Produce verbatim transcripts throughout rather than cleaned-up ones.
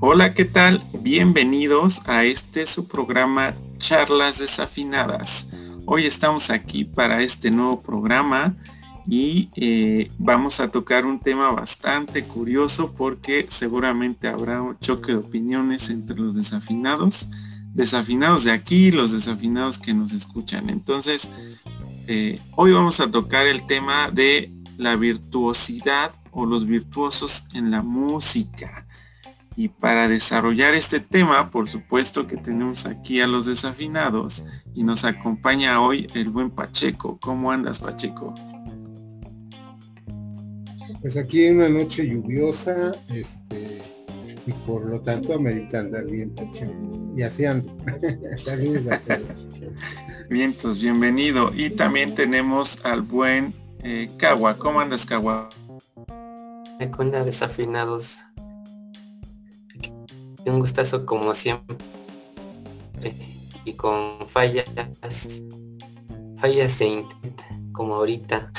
Hola, ¿qué tal? Bienvenidos a este su programa Charlas Desafinadas. Hoy estamos aquí para este nuevo programa y eh, vamos a tocar un tema bastante curioso porque seguramente habrá un choque de opiniones entre los desafinados, desafinados de aquí y los desafinados que nos escuchan. Entonces, eh, hoy vamos a tocar el tema de la virtuosidad o los virtuosos en la música. Y para desarrollar este tema, por supuesto que tenemos aquí a los desafinados y nos acompaña hoy el buen Pacheco. ¿Cómo andas, Pacheco? Pues aquí en una noche lluviosa, este, y por lo tanto amerita andar bien, Pacheco. Y así ando. Saludos a todos. Vientos, bienvenido. Y también tenemos al buen eh, Cagua. ¿Cómo andas, Cagua? Con la desafinados. Un gustazo como siempre y con fallas fallas de internet como ahorita.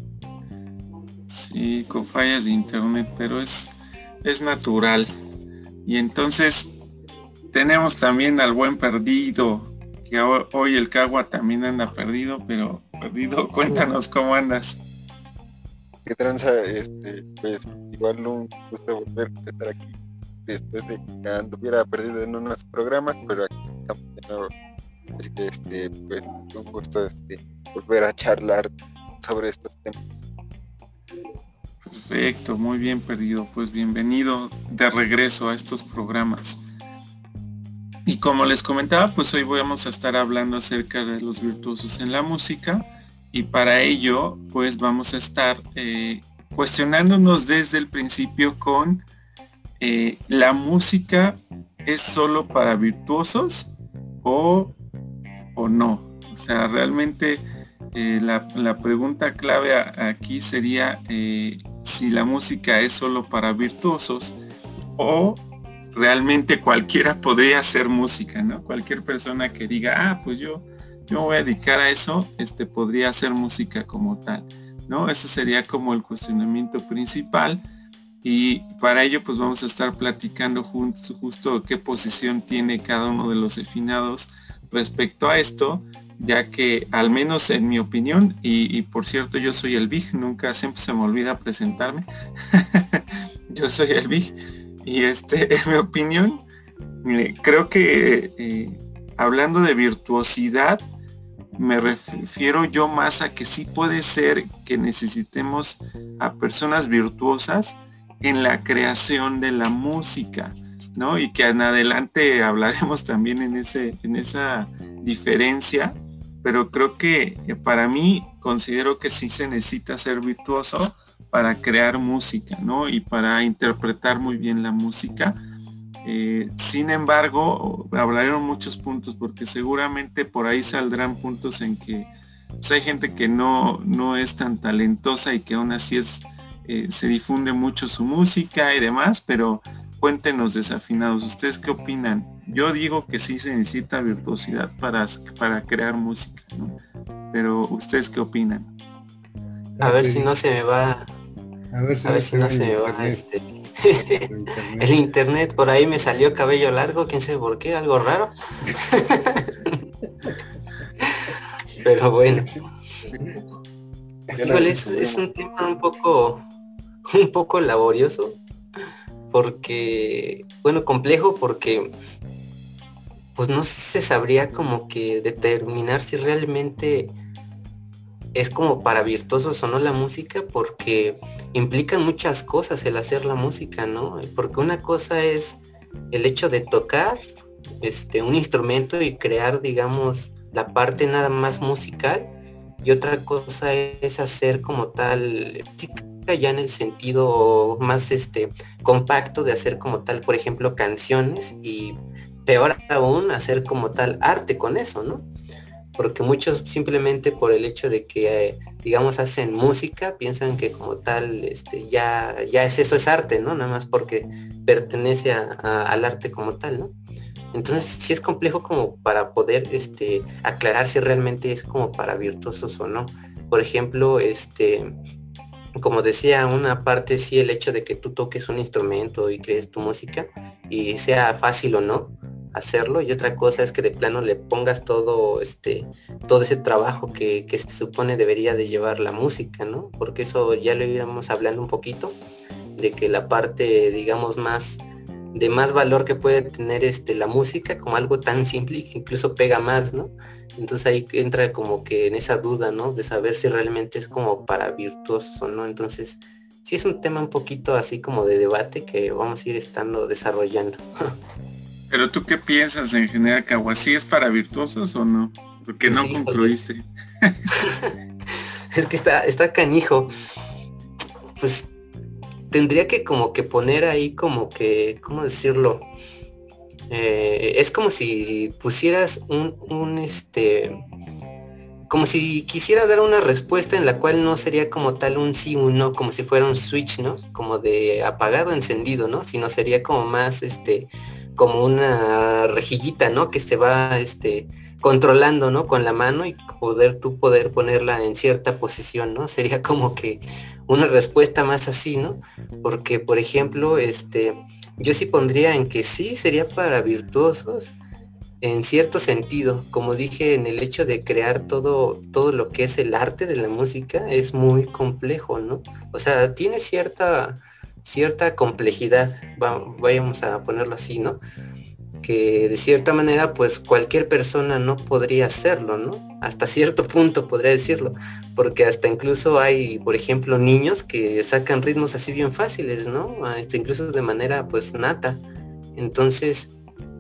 Sí, con fallas de internet, pero es es natural. Y entonces tenemos también al buen Perdido, que hoy el Cagua también anda perdido, pero Perdido, cuéntanos cómo andas. ¿Qué tranza? Este, pues igual un gusto volver a estar aquí después de que anduviera perdido en unos programas, pero aquí estamos de nuevo. Así que este, pues un gusto este, volver a charlar sobre estos temas. Perfecto, muy bien, Perdido. Pues bienvenido de regreso a estos programas. Y como les comentaba, pues hoy vamos a estar hablando acerca de los virtuosos en la música y para ello pues vamos a estar eh, cuestionándonos desde el principio con Eh, ¿la música es solo para virtuosos o, o no? O sea, realmente eh, la, la pregunta clave a, aquí sería eh, si la música es solo para virtuosos o realmente cualquiera podría hacer música, ¿no? Cualquier persona que diga, ah, pues yo, yo me voy a dedicar a eso, este, podría hacer música como tal, ¿no? Ese sería como el cuestionamiento principal. Y para ello pues vamos a estar platicando justo, justo qué posición tiene cada uno de los desafinados respecto a esto, ya que al menos en mi opinión, y, y por cierto yo soy el Big, nunca siempre se me olvida presentarme, yo soy el Big, y este en mi opinión, eh, creo que eh, hablando de virtuosidad, me refiero yo más a que sí puede ser que necesitemos a personas virtuosas en la creación de la música, ¿no? Y que en adelante hablaremos también en ese, en esa diferencia, pero creo que para mí considero que sí se necesita ser virtuoso para crear música, ¿no? Y para interpretar muy bien la música. Eh, sin embargo, hablaremos muchos puntos porque seguramente por ahí saldrán puntos en que pues, hay gente que no, no es tan talentosa y que aún así es Eh, se difunde mucho su música y demás, pero cuéntenos desafinados, ¿ustedes qué opinan? Yo digo que sí se necesita virtuosidad para, para crear música, ¿no? Pero ¿ustedes qué opinan? A ver si no se me va, a ver si, a ver no, si no se me va este el internet, por ahí me salió cabello largo, quién sabe por qué, algo raro. Pero bueno, híjole, es, es un tema un poco un poco laborioso porque, bueno, complejo porque pues no se sabría como que determinar si realmente es como para virtuosos o no la música, porque implican muchas cosas el hacer la música, ¿no? Porque una cosa es el hecho de tocar este un instrumento y crear, digamos, la parte nada más musical, y otra cosa es hacer como tal ya en el sentido más este compacto de hacer como tal, por ejemplo, canciones, y peor aún hacer como tal arte con eso, ¿no? Porque muchos simplemente por el hecho de que eh, digamos hacen música piensan que como tal este ya ya es eso, es arte, ¿no? Nada más porque pertenece a, a, al arte como tal, ¿no? Entonces sí es complejo como para poder este aclarar si realmente es como para virtuosos o no. Por ejemplo, este como decía, una parte sí el hecho de que tú toques un instrumento y crees tu música y sea fácil o no hacerlo, y otra cosa es que de plano le pongas todo este todo ese trabajo que, que se supone debería de llevar la música, ¿no? Porque eso ya lo íbamos hablando un poquito, de que la parte, digamos, más de más valor que puede tener este la música como algo tan simple y que incluso pega más, ¿no? Entonces ahí entra como que en esa duda, ¿no? De saber si realmente es como para virtuosos o no. Entonces sí es un tema un poquito así como de debate que vamos a ir estando desarrollando. Pero tú qué piensas en general, Cagua, ¿sí es para virtuosos o no? Porque no Sí, concluiste. Es que está, está canijo. Pues tendría que como que poner ahí como que, ¿cómo decirlo? Eh, es como si pusieras un, un este, como si quisiera dar una respuesta en la cual no sería como tal un sí o un no, como si fuera un switch, ¿no? Como de apagado, encendido, ¿no? Sino sería como más, este, como una rejillita, ¿no? Que se va, este, controlando, ¿no? Con la mano y poder tú poder ponerla en cierta posición, ¿no? Sería como que una respuesta más así, ¿no? Porque, por ejemplo, este, yo sí pondría en que sí sería para virtuosos, en cierto sentido, como dije, en el hecho de crear todo, todo lo que es el arte de la música es muy complejo, ¿no? O sea, tiene cierta, cierta complejidad, va, vayamos a ponerlo así, ¿no? Que de cierta manera, pues cualquier persona no podría hacerlo, ¿no? Hasta cierto punto podría decirlo, porque hasta incluso hay, por ejemplo, niños que sacan ritmos así bien fáciles, ¿no? Hasta incluso de manera, pues, nata. Entonces,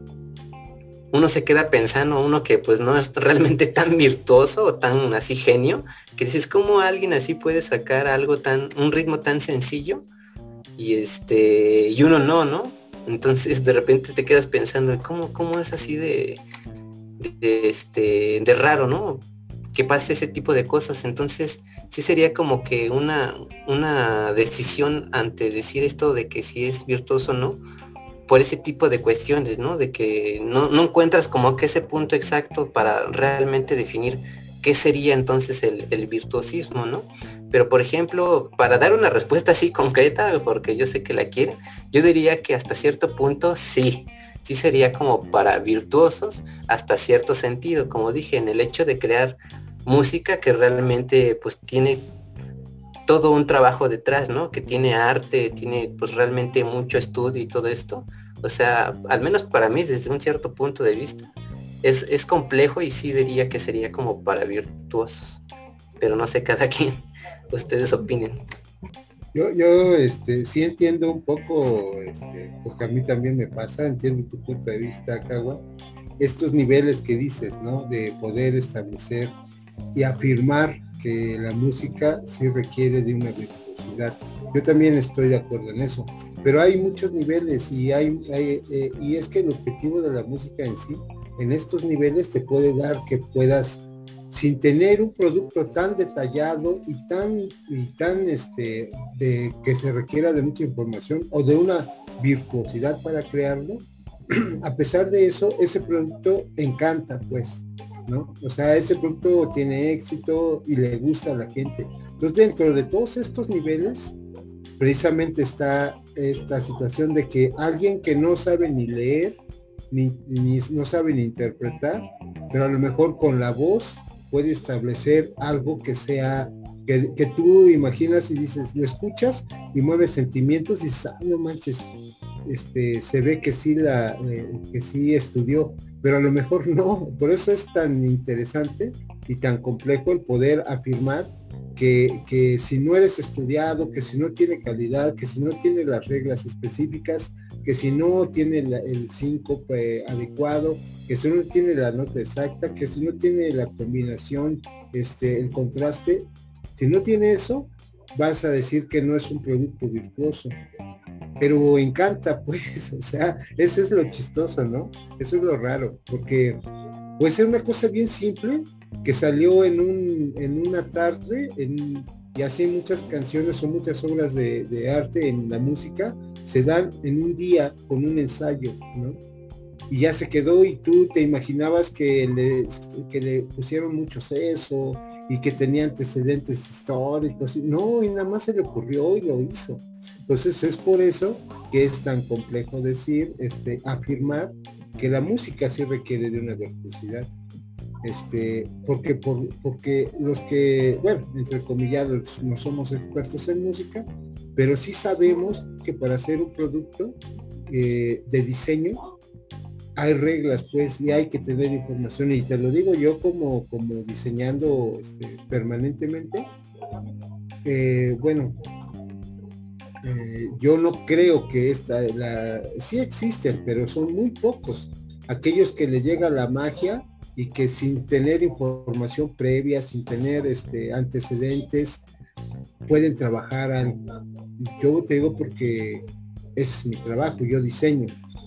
uno se queda pensando, uno que pues no es realmente tan virtuoso o tan así genio, que dices, ¿cómo alguien así puede sacar algo tan, un ritmo tan sencillo? Y este, y uno no, ¿no? Entonces de repente te quedas pensando, ¿cómo, cómo es así de, de, de este, de raro, ¿no? Que pase ese tipo de cosas. Entonces sí sería como que una, una decisión ante decir esto de que si es virtuoso o no, por ese tipo de cuestiones, ¿no? De que no, no encuentras como que ese punto exacto para realmente definir qué sería entonces el, el virtuosismo, ¿no? Pero por ejemplo, para dar una respuesta así concreta, porque yo sé que la quieren, yo diría que hasta cierto punto sí, sí sería como para virtuosos hasta cierto sentido, como dije, en el hecho de crear música que realmente pues tiene todo un trabajo detrás, ¿no? Que tiene arte, tiene pues realmente mucho estudio y todo esto. O sea, al menos para mí, desde un cierto punto de vista, es, es complejo y sí diría que sería como para virtuosos. Pero no sé, cada quien, ustedes opinen. Yo, yo este, sí entiendo un poco, este, porque a mí también me pasa, entiendo tu punto de vista, Cagua, estos niveles que dices, ¿no? De poder establecer y afirmar que la música sí requiere de una virtuosidad. Yo también estoy de acuerdo en eso, pero hay muchos niveles y hay, hay eh, y es que el objetivo de la música en sí, en estos niveles te puede dar que puedas, sin tener un producto tan detallado y tan y tan este de que se requiera de mucha información o de una virtuosidad para crearlo, a pesar de eso, ese producto encanta, pues, ¿no? O sea, ese producto tiene éxito y le gusta a la gente. Entonces, dentro de todos estos niveles, precisamente está esta situación de que alguien que no sabe ni leer, ni, ni no sabe ni interpretar, pero a lo mejor con la voz puede establecer algo que sea, que, que tú imaginas y dices, lo escuchas y mueves sentimientos y dices, ah, no manches, este, se ve que sí la, eh, que sí estudió, pero a lo mejor no. Por eso es tan interesante y tan complejo el poder afirmar que, que si no eres estudiado, que si no tiene calidad, que si no tiene las reglas específicas, que si no tiene la, el síncope adecuado, que si no tiene la nota exacta, que si no tiene la combinación, este, el contraste, si no tiene eso, vas a decir que no es un producto virtuoso. Pero encanta, pues, o sea, eso es lo chistoso, ¿no? Eso es lo raro, porque puede ser una cosa bien simple que salió en un en una tarde, en, y así muchas canciones o muchas obras de, de arte en la música se dan en un día con un ensayo, ¿no? Y ya se quedó y tú te imaginabas que le, que le pusieron mucho seso y que tenía antecedentes históricos. No, y nada más se le ocurrió y lo hizo. Entonces es por eso que es tan complejo decir, este, afirmar que la música sí requiere de una virtuosidad. Este, porque, por, porque los que, bueno, entre comillados, no somos expertos en música, pero sí sabemos que para hacer un producto eh, de diseño hay reglas, pues, y hay que tener información, y te lo digo yo como, como diseñando este, permanentemente. Eh, bueno, eh, yo no creo que esta, la, sí existen, pero son muy pocos aquellos que le llega la magia y que sin tener información previa, sin tener este, antecedentes, pueden trabajar algo. Yo te digo porque es mi trabajo, yo diseño.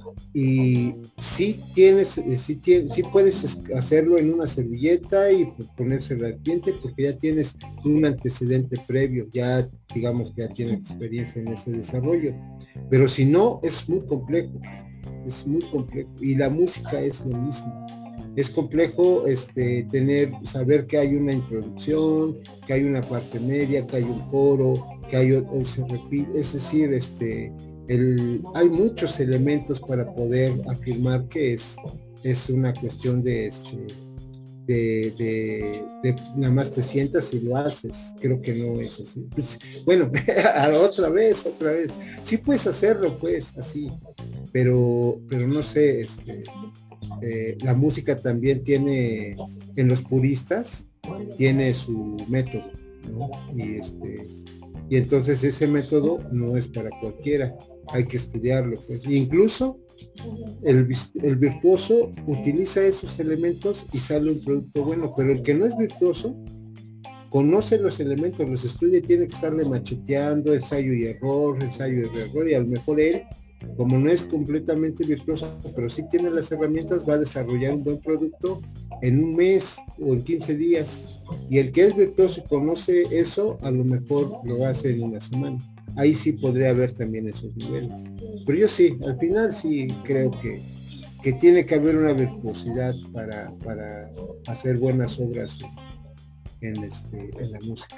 Y sí tienes, sí, tienes, sí puedes hacerlo en una servilleta y ponérselo al cliente porque ya tienes un antecedente previo, ya digamos que ya tienes experiencia en ese desarrollo. Pero si no, es muy complejo, es muy complejo. Y la música es lo mismo. Es complejo este, tener, saber que hay una introducción, que hay una parte media, que hay un coro, que hay, se repite, es decir, este, el, hay muchos elementos para poder afirmar que es, es una cuestión de, este, de, de, de nada más te sientas y lo haces. Creo que no es así. Pues, bueno, otra vez, otra vez. Sí puedes hacerlo, pues, así. Pero, pero no sé, este, eh, la música también tiene, en los puristas, tiene su método, ¿no? Y este, y entonces ese método no es para cualquiera, hay que estudiarlo, pues. E incluso el, el virtuoso utiliza esos elementos y sale un producto bueno, pero el que no es virtuoso conoce los elementos, los estudia y tiene que estarle macheteando, ensayo y error, ensayo y error, y a lo mejor él, como no es completamente virtuoso, pero sí tiene las herramientas, va a desarrollar un buen producto en un mes o en quince días. Y el que es virtuoso y conoce eso, a lo mejor lo hace en una semana. Ahí sí podría haber también esos niveles. Pero yo sí, al final sí creo que, que tiene que haber una virtuosidad para, para hacer buenas obras en, este, en la música.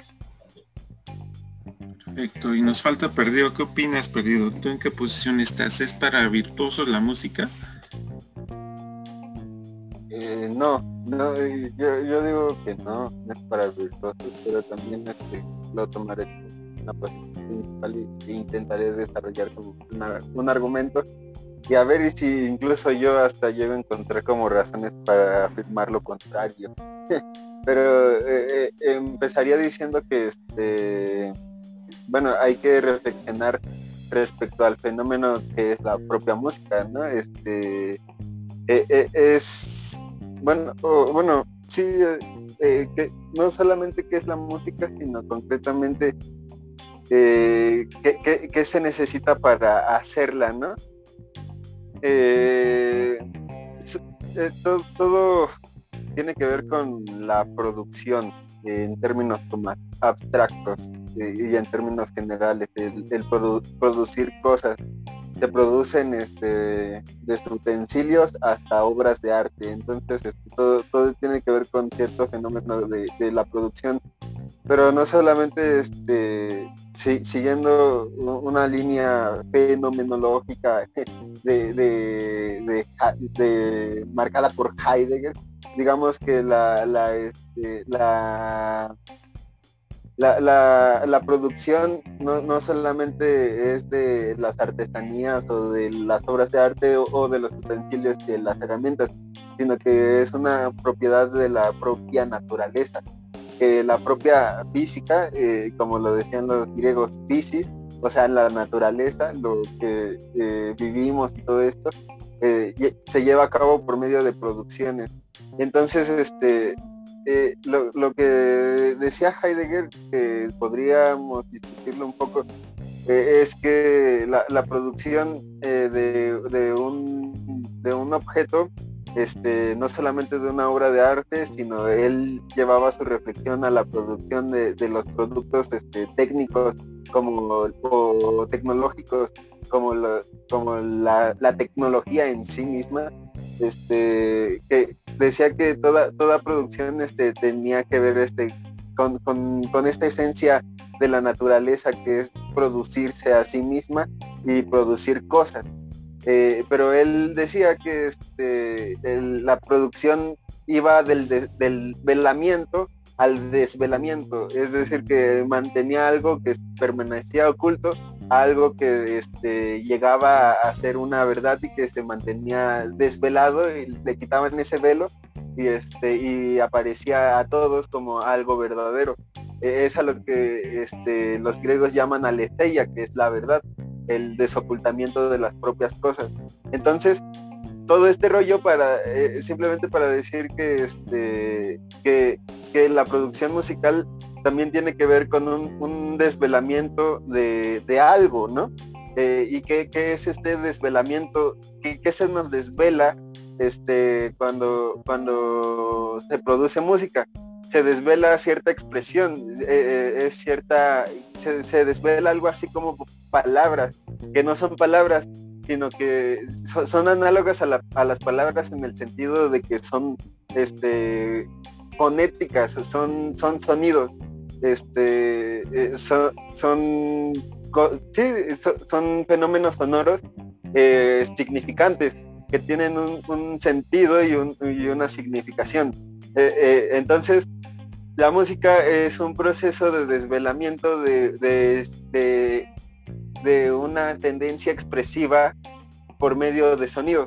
Perfecto, y nos falta Perdido. ¿Qué opinas, Perdido? ¿Tú en qué posición estás? ¿Es para virtuosos la música? Eh, no, no, yo, yo digo que no, no es para virtuosos, pero también este, lo tomaré como una posición principal y, e intentaré desarrollar como una, un argumento y a ver si incluso yo hasta llego a encontrar como razones para afirmar lo contrario. Pero eh, eh, empezaría diciendo que este bueno, hay que reflexionar respecto al fenómeno que es la propia música, ¿no? Este eh, eh, es bueno, oh, bueno, sí, eh, que no solamente qué es la música, sino concretamente eh, qué, qué, qué se necesita para hacerla, ¿no? Eh, eh, todo, todo tiene que ver con la producción eh, en términos como abstractos eh, y en términos generales, el, el produ- producir cosas. Se producen este, desde utensilios hasta obras de arte, entonces este, todo, todo tiene que ver con cierto fenómeno de, de la producción, pero no solamente este, si, siguiendo una línea fenomenológica de, de, de, de marcada por Heidegger, digamos que la, la, este, la La, la, la producción no, no solamente es de las artesanías o de las obras de arte o, o de los utensilios y de las herramientas, sino que es una propiedad de la propia naturaleza, que la propia física, eh, como lo decían los griegos, physis, o sea, la naturaleza, lo que eh, vivimos y todo esto, eh, se lleva a cabo por medio de producciones. Entonces, este... Eh, lo, lo que decía Heidegger, que podríamos discutirlo un poco, eh, es que la, la producción eh, de, de, un, de un objeto, este, no solamente de una obra de arte, sino él llevaba su reflexión a la producción de, de los productos este, técnicos como, o tecnológicos, como, lo, como la, la tecnología en sí misma. Este, que decía que toda, toda producción este, tenía que ver este, con, con, con esta esencia de la naturaleza que es producirse a sí misma y producir cosas. Eh, pero él decía que este, el, la producción iba del, de, del velamiento al desvelamiento, es decir, que mantenía algo que permanecía oculto, algo que este, llegaba a ser una verdad y que se mantenía desvelado, y le quitaban ese velo y, este, y aparecía a todos como algo verdadero. Eh, es a lo que este, los griegos llaman aletheia, que es la verdad, el desocultamiento de las propias cosas. Entonces, todo este rollo para eh, simplemente para decir que este que, que la producción musical también tiene que ver con un, un desvelamiento de, de algo, ¿no? Eh, y qué qué es este desvelamiento, qué, qué se nos desvela este cuando cuando se produce música. Se desvela cierta expresión, eh, es cierta, se, se desvela algo así como palabras, que no son palabras, sino que son, son análogas a, la, a las palabras en el sentido de que son este, fonéticas, son, son sonidos, este, eh, son, son, sí, son, son fenómenos sonoros eh, significantes, que tienen un, un sentido y, un, y una significación. Eh, eh, entonces, la música es un proceso de desvelamiento de, de, de, de una tendencia expresiva por medio de sonido.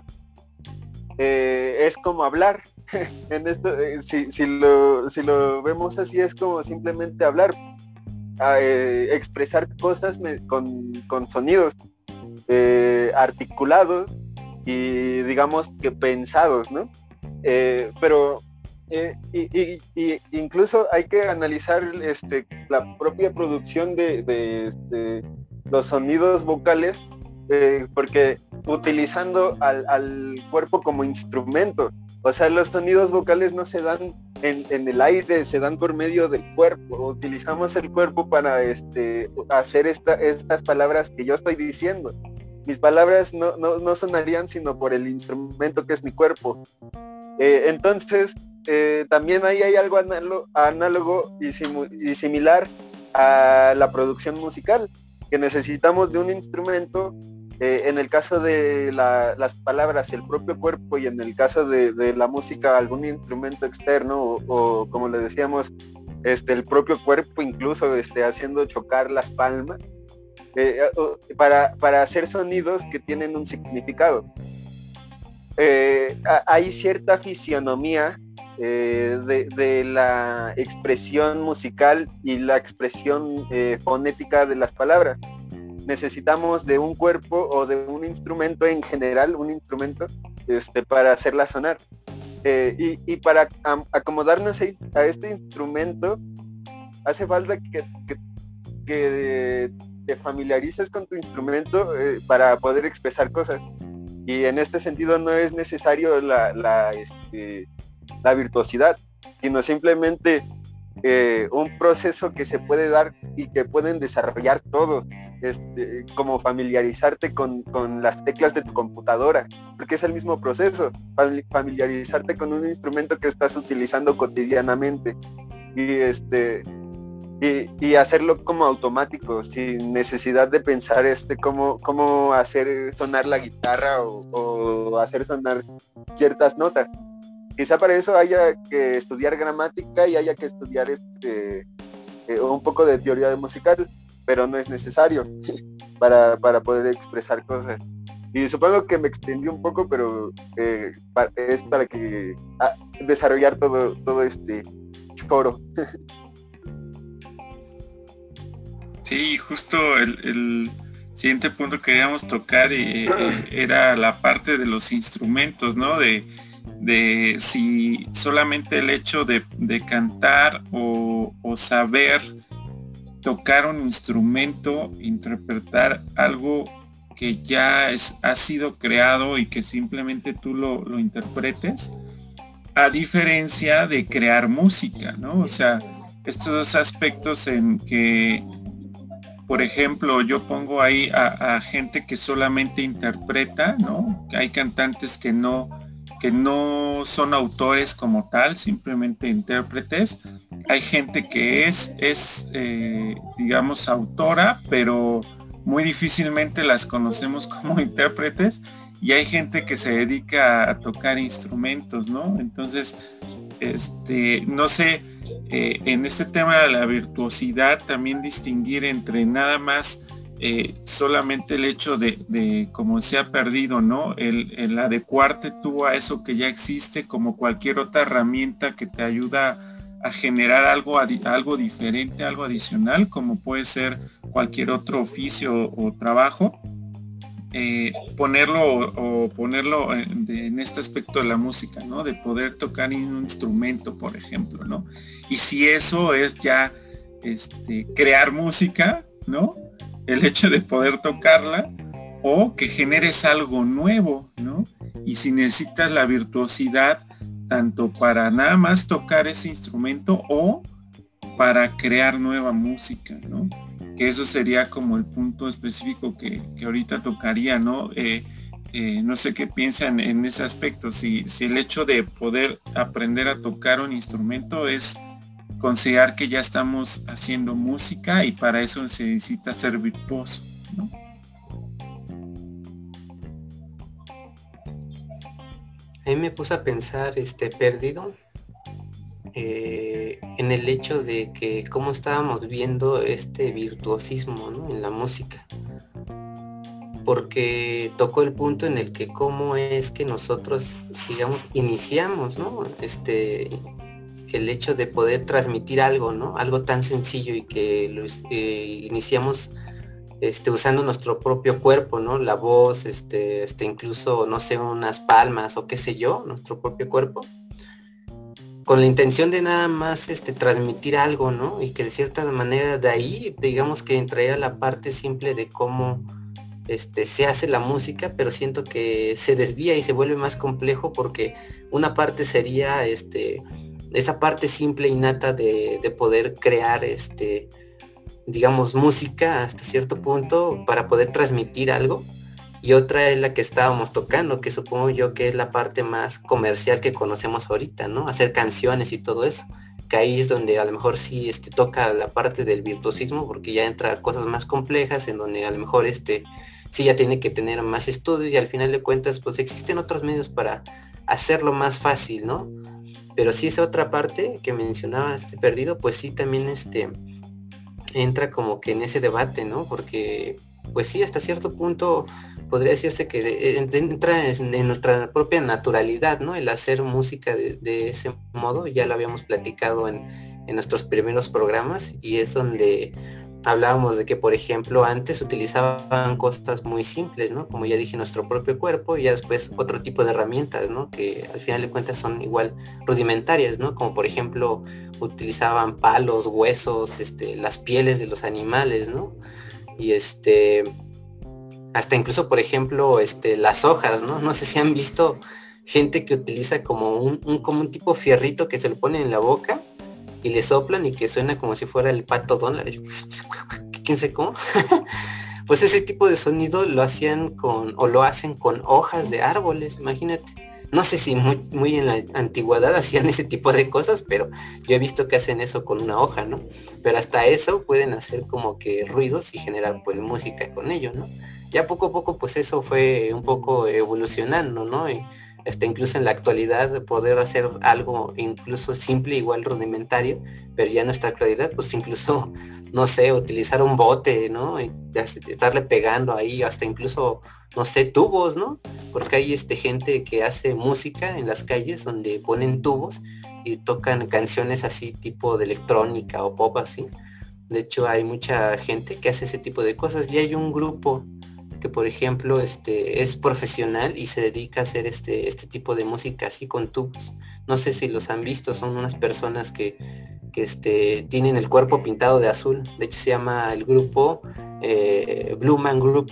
Eh, es como hablar. En esto, eh, si, si, lo, si lo vemos así, es como simplemente hablar, eh, expresar cosas me, con, con sonidos eh, articulados y digamos que pensados, ¿no? Eh, pero Eh, y, y, y incluso hay que analizar este, la propia producción de, de, de los sonidos vocales, eh, porque utilizando al, al cuerpo como instrumento, o sea, los sonidos vocales no se dan en, en el aire, se dan por medio del cuerpo. Utilizamos el cuerpo para este, hacer esta, estas palabras que yo estoy diciendo. Mis palabras no, no, no sonarían sino por el instrumento que es mi cuerpo. Eh, entonces, Eh, también ahí hay algo análogo, análogo y, simu, y similar a la producción musical, que necesitamos de un instrumento, eh, en el caso de la, las palabras, el propio cuerpo, y en el caso de, de la música, algún instrumento externo, o, o como le decíamos, este, el propio cuerpo incluso este, haciendo chocar las palmas, eh, para, para hacer sonidos que tienen un significado. Eh, hay cierta fisionomía Eh, de, de la expresión musical y la expresión eh, fonética de las palabras. Necesitamos de un cuerpo o de un instrumento en general, un instrumento este, para hacerla sonar. Eh, y, y para am, acomodarnos a, a este instrumento, hace falta que, que, que te familiarices con tu instrumento eh, para poder expresar cosas. Y en este sentido no es necesario la, la este, la virtuosidad, sino simplemente eh, un proceso que se puede dar y que pueden desarrollar todos, este, como familiarizarte con, con las teclas de tu computadora, porque es el mismo proceso, familiarizarte con un instrumento que estás utilizando cotidianamente y este y, y hacerlo como automático, sin necesidad de pensar este cómo, cómo hacer sonar la guitarra o, o hacer sonar ciertas notas. Quizá para eso haya que estudiar gramática y haya que estudiar este, eh, un poco de teoría musical, pero no es necesario para, para poder expresar cosas. Y supongo que me extendí un poco, pero eh, pa, es para que ah, desarrollar todo, todo este choro. Sí, justo el, el siguiente punto que queríamos tocar eh, eh, era la parte de los instrumentos, ¿no? De de si solamente el hecho de, de cantar o, o saber tocar un instrumento, interpretar algo que ya es, ha sido creado y que simplemente tú lo, lo interpretes, a diferencia de crear música, ¿no? O sea, estos dos aspectos en que, por ejemplo, yo pongo ahí a, a gente que solamente interpreta, ¿no? Hay cantantes que no que no son autores como tal, simplemente intérpretes. hay gente que es, es eh, digamos, autora, pero muy difícilmente las conocemos como intérpretes, y hay gente que se dedica a tocar instrumentos, ¿no? Entonces, este, no sé, eh, en este tema de la virtuosidad también distinguir entre nada más eh, solamente el hecho de, de cómo se ha perdido, ¿no? El, el adecuarte tú a eso que ya existe como cualquier otra herramienta que te ayuda a generar algo, algo diferente, algo adicional, como puede ser cualquier otro oficio o, o trabajo. Eh, ponerlo o, o ponerlo en, de, en este aspecto de la música, ¿no? De poder tocar en un instrumento, por ejemplo, ¿no? Y si eso es ya este, crear música, ¿no? El hecho de poder tocarla, o que generes algo nuevo, ¿no? Y si necesitas la virtuosidad tanto para nada más tocar ese instrumento o para crear nueva música, ¿no? Que eso sería como el punto específico que, que ahorita tocaría, ¿no? Eh, eh, no sé qué piensan en ese aspecto, si, si el hecho de poder aprender a tocar un instrumento es considerar que ya estamos haciendo música y para eso se necesita ser virtuoso, ¿no? A mí me puse a pensar, este, perdido, eh, en el hecho de que cómo estábamos viendo este virtuosismo, ¿no? En la música, porque tocó el punto en el que cómo es que nosotros, digamos, iniciamos, ¿no? Este, el hecho de poder transmitir algo, ¿no? Algo tan sencillo y que lo eh, iniciamos este, usando nuestro propio cuerpo, ¿no? La voz, este, este, incluso, no sé, unas palmas o qué sé yo, nuestro propio cuerpo, con la intención de nada más este, transmitir algo, ¿no? Y que de cierta manera de ahí, digamos que entraría la parte simple de cómo este, se hace la música, pero siento que se desvía y se vuelve más complejo, porque una parte sería este, esa parte simple, innata de, de poder crear, este, digamos, música hasta cierto punto para poder transmitir algo. Y otra es la que estábamos tocando, que supongo yo que es la parte más comercial que conocemos ahorita, ¿no? Hacer canciones y todo eso. Que ahí es donde a lo mejor sí este, toca la parte del virtuosismo, porque ya entra cosas más complejas, en donde a lo mejor este, sí ya tiene que tener más estudio, y al final de cuentas pues existen otros medios para hacerlo más fácil, ¿no? Pero sí esa otra parte que mencionaba este perdido, pues sí también este, entra como que en ese debate, ¿no? Porque pues sí, hasta cierto punto podría decirse que entra en nuestra propia naturalidad, ¿no? El hacer música de, de ese modo, ya lo habíamos platicado en, en nuestros primeros programas, y es donde hablábamos de que, por ejemplo, antes utilizaban cosas muy simples, ¿no? Como ya dije, nuestro propio cuerpo, y ya después otro tipo de herramientas, ¿no? Que al final de cuentas son igual rudimentarias, ¿no? Como por ejemplo, utilizaban palos, huesos, este, las pieles de los animales, ¿no? Y este... hasta incluso, por ejemplo, este, las hojas, ¿no? No sé si han visto gente que utiliza como un, un, como un tipo fierrito que se lo pone en la boca y le soplan y que suena como si fuera el Pato Donald. ¿Quién sé cómo? Pues ese tipo de sonido lo hacían con, o lo hacen con hojas de árboles, imagínate. No sé si muy, muy en la antigüedad hacían ese tipo de cosas, pero yo he visto que hacen eso con una hoja, ¿no? Pero hasta eso pueden hacer como que ruidos y generar pues música con ello, ¿no? Ya poco a poco pues eso fue un poco evolucionando, ¿no? Y hasta incluso en la actualidad poder hacer algo incluso simple, igual rudimentario, pero ya en nuestra actualidad pues incluso, no sé, utilizar un bote, ¿no? Y estarle pegando ahí, hasta incluso, no sé, tubos, ¿no? Porque hay este gente que hace música en las calles donde ponen tubos y tocan canciones así tipo de electrónica o pop así. De hecho hay mucha gente que hace ese tipo de cosas, y hay un grupo que por ejemplo este es profesional y se dedica a hacer este este tipo de música así con tubos. No sé si los han visto, son unas personas que, que este tienen el cuerpo pintado de azul. De hecho se llama el grupo eh, Blue Man Group,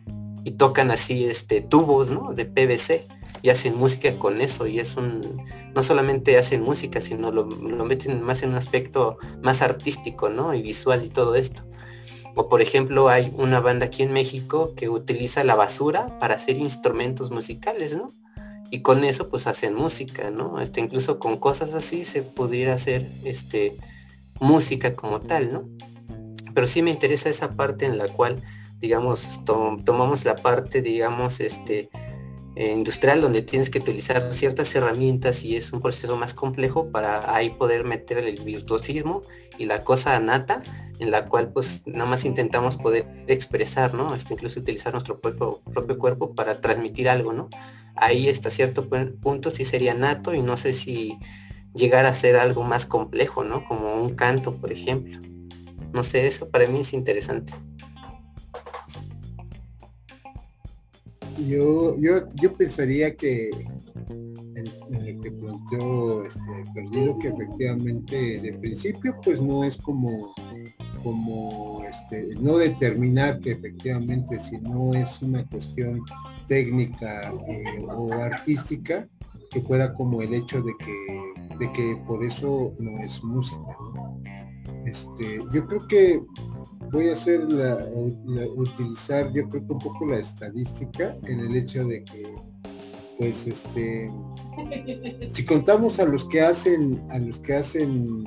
y tocan así este tubos, ¿no? De P V C, y hacen música con eso, y es un, no solamente hacen música, sino lo, lo meten más en un aspecto más artístico, ¿no? Y visual y todo esto. O por ejemplo hay una banda aquí en México que utiliza la basura para hacer instrumentos musicales, ¿no? Y con eso pues hacen música, ¿no? Este, incluso con cosas así se pudiera hacer este, música como tal, ¿no? Pero sí me interesa esa parte en la cual, digamos, to tomamos la parte, digamos, este, eh, industrial, donde tienes que utilizar ciertas herramientas y es un proceso más complejo para ahí poder meter el virtuosismo y la cosa nata, en la cual pues nada más intentamos poder expresar, ¿no? Este, incluso utilizar nuestro propio, propio cuerpo para transmitir algo, ¿no? Ahí hasta cierto punto sí sería nato y no sé si llegar a ser algo más complejo, ¿no? Como un canto, por ejemplo. No sé, eso para mí es interesante. Yo, yo, yo pensaría que en, en lo que planteó este, Perdido, que efectivamente de principio pues no es como, como este, no determinar que efectivamente si no es una cuestión técnica eh, o artística, que fuera como el hecho de que, de que por eso no es música, ¿no? Este, yo creo que voy a hacer la, la, utilizar yo creo que un poco la estadística en el hecho de que pues este si contamos a los que hacen a los que hacen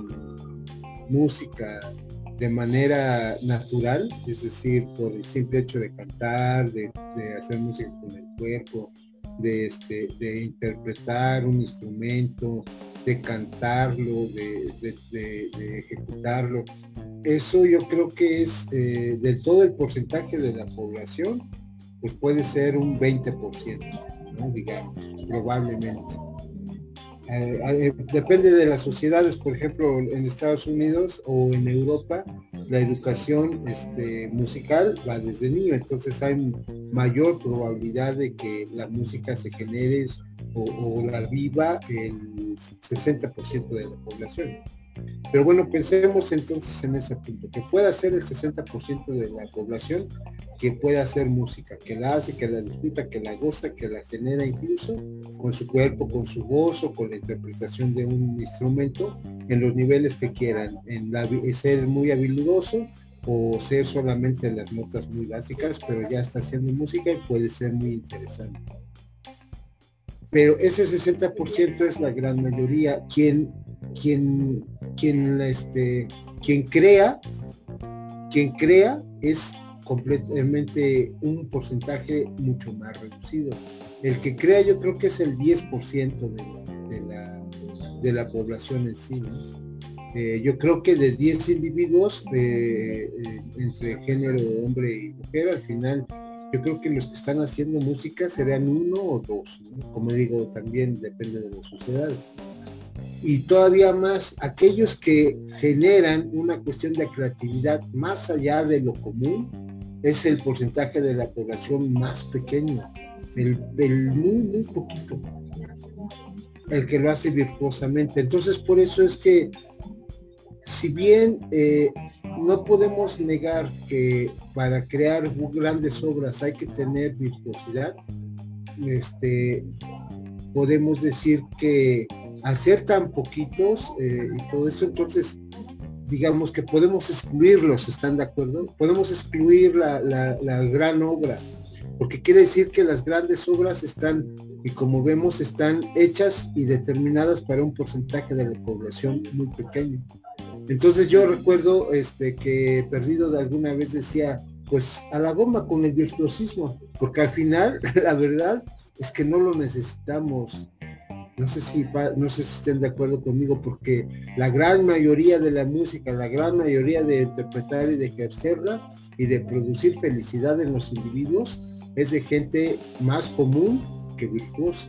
música de manera natural, es decir, por el simple hecho de cantar, de, de hacer música con el cuerpo, de este de interpretar un instrumento, de cantarlo, de, de, de, de ejecutarlo. Eso yo creo que es eh, de todo el porcentaje de la población, pues puede ser un veinte por ciento, ¿no? Digamos, probablemente. Eh, eh, depende de las sociedades, por ejemplo, en Estados Unidos o en Europa, la educación este, musical va desde niño, entonces hay mayor probabilidad de que la música se genere o, o la viva el sesenta por ciento de la población. Pero bueno, pensemos entonces en ese punto, que pueda ser el sesenta por ciento de la población que pueda hacer música, que la hace, que la disfruta, que la goza, que la genera incluso con su cuerpo, con su voz o con la interpretación de un instrumento en los niveles que quieran, en la, ser muy habilidoso o ser solamente las notas muy básicas, pero ya está haciendo música y puede ser muy interesante. Pero ese sesenta por ciento es la gran mayoría. Quien, quien, quien, este, quien crea, quien crea es completamente un porcentaje mucho más reducido. El que crea yo creo que es el diez por ciento de la, de la, de la población en sí, ¿no? Eh, yo creo que de diez individuos eh, eh, entre género hombre y mujer, al final yo creo que los que están haciendo música serán uno o dos, ¿no? Como digo, también depende de la sociedad. Y todavía más, aquellos que generan una cuestión de creatividad más allá de lo común, es el porcentaje de la población más pequeño, el, el muy, muy poquito, el que lo hace virtuosamente. Entonces, por eso es que, si bien eh, no podemos negar que para crear grandes obras hay que tener virtuosidad, este, podemos decir que al ser tan poquitos eh, y todo eso, entonces digamos que podemos excluirlos, ¿están de acuerdo? Podemos excluir la, la, la gran obra, porque quiere decir que las grandes obras están, y como vemos, están hechas y determinadas para un porcentaje de la población muy pequeño. Entonces yo recuerdo este, que Perdido de alguna vez decía, pues a la goma con el virtuosismo, porque al final la verdad es que no lo necesitamos. No sé si no sé si estén de acuerdo conmigo, porque la gran mayoría de la música, la gran mayoría de interpretar y de ejercerla y de producir felicidad en los individuos es de gente más común que virtuosa.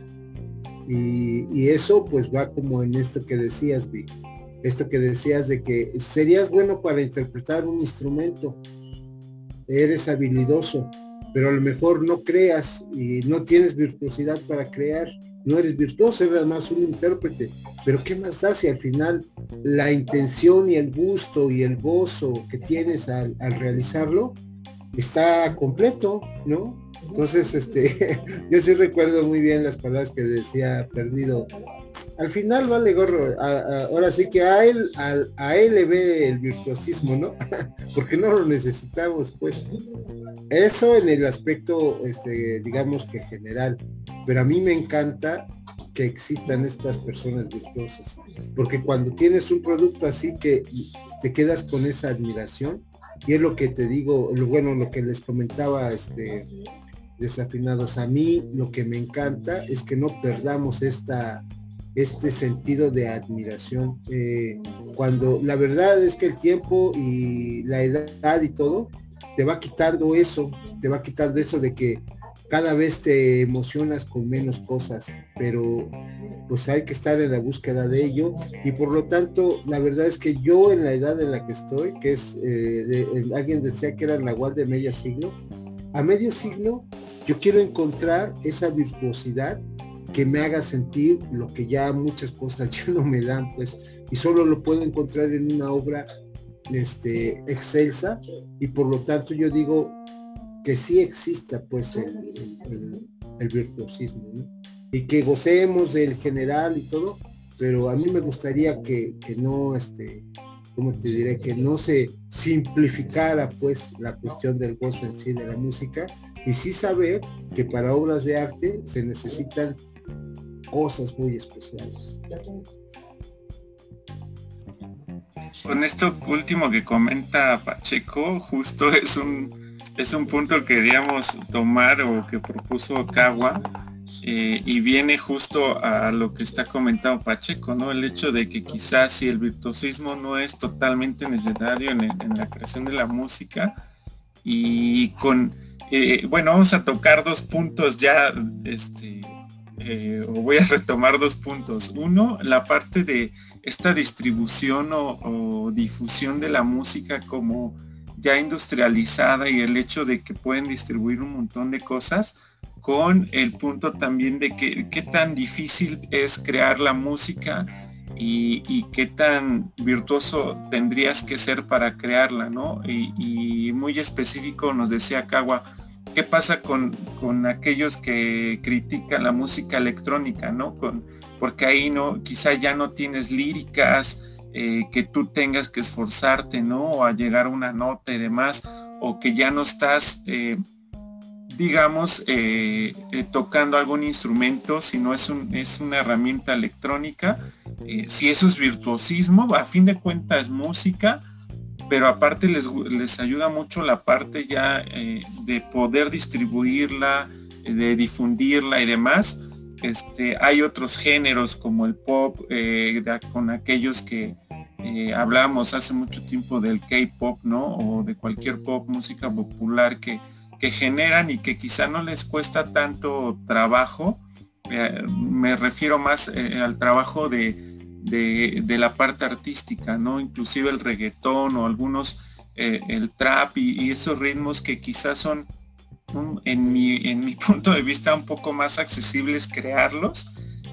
Y, y eso pues va como en esto que decías, Vic. Esto que decías de que serías bueno para interpretar un instrumento, eres habilidoso, pero a lo mejor no creas y no tienes virtuosidad para crear, no eres virtuoso, eres más un intérprete, pero ¿qué más da si al final la intención y el gusto y el gozo que tienes al, al realizarlo está completo, ¿no? Entonces, este, yo sí recuerdo muy bien las palabras que decía Perdido. Al final vale gorro, a, a, ahora sí que a él, a, a él le ve el virtuosismo, ¿no? Porque no lo necesitamos, pues. Eso en el aspecto, este, digamos que general. Pero a mí me encanta que existan estas personas virtuosas, porque cuando tienes un producto así que te quedas con esa admiración, y es lo que te digo, lo, bueno, lo que les comentaba este Desafinados, a mí lo que me encanta es que no perdamos esta este sentido de admiración, eh, cuando la verdad es que el tiempo y la edad y todo te va quitando eso, te va quitando eso de que cada vez te emocionas con menos cosas, pero pues hay que estar en la búsqueda de ello, y por lo tanto la verdad es que yo en la edad en la que estoy, que es, eh, de, alguien decía que era la igual de medio siglo, a medio siglo yo quiero encontrar esa virtuosidad que me haga sentir lo que ya muchas cosas ya no me dan, pues, y solo lo puedo encontrar en una obra este, excelsa, y por lo tanto yo digo que sí exista pues el, el, el virtuosismo, ¿no? Y que gocemos del general y todo, pero a mí me gustaría que, que no, este, ¿cómo te diré? Que no se simplificara pues la cuestión del gozo en sí de la música, y sí saber que para obras de arte se necesitan cosas muy especiales. Con esto último que comenta Pacheco, justo es un es un punto que queríamos tomar o que propuso Cagua, eh, y viene justo a lo que está comentando Pacheco, ¿no? El hecho de que quizás si el virtuosismo no es totalmente necesario en, el, en la creación de la música, y con eh, bueno, vamos a tocar dos puntos ya, este Eh, o voy a retomar dos puntos. Uno, la parte de esta distribución o, o difusión de la música como ya industrializada, y el hecho de que pueden distribuir un montón de cosas, con el punto también de que qué tan difícil es crear la música y, y qué tan virtuoso tendrías que ser para crearla, ¿no? Y, y muy específico nos decía Cagua, ¿qué pasa con, con aquellos que critican la música electrónica, ¿no? Con, porque ahí no, quizá ya no tienes líricas, eh, que tú tengas que esforzarte, ¿no? O a llegar a una nota y demás, o que ya no estás, eh, digamos, eh, eh, tocando algún instrumento, sino es, un, es una herramienta electrónica. Eh, si eso es virtuosismo, a fin de cuentas es música, pero aparte les, les ayuda mucho la parte ya eh, de poder distribuirla, de difundirla y demás. Este, hay otros géneros como el pop, eh, de, con aquellos que eh, hablábamos hace mucho tiempo del K-pop, ¿no? O de cualquier pop, música popular que, que generan y que quizá no les cuesta tanto trabajo. Eh, me refiero más eh, al trabajo de De, de la parte artística, ¿no? Inclusive el reggaetón o algunos, eh, el trap y, y esos ritmos que quizás son, um, en, mi, en mi punto de vista, un poco más accesibles crearlos.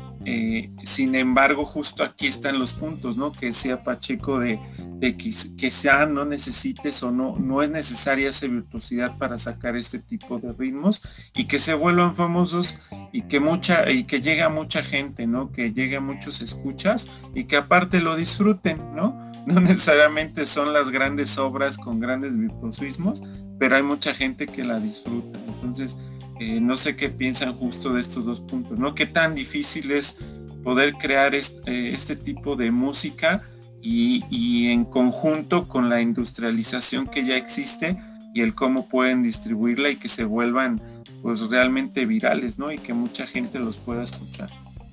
Eh, sin embargo, justo aquí están los puntos, ¿no? Que decía Pacheco de, de que quizá no necesites o no, no es necesaria esa virtuosidad para sacar este tipo de ritmos y que se vuelvan famosos y que mucha y que llegue a mucha gente, ¿no? Que llegue a muchos escuchas y que aparte lo disfruten, ¿no? No necesariamente son las grandes obras con grandes virtuosismos, pero hay mucha gente que la disfruta. Entonces, eh, no sé qué piensan justo de estos dos puntos, ¿no? Qué tan difícil es poder crear este, este tipo de música y, y en conjunto con la industrialización que ya existe y el cómo pueden distribuirla y que se vuelvan pues realmente virales, ¿no? Y que mucha gente los pueda escuchar.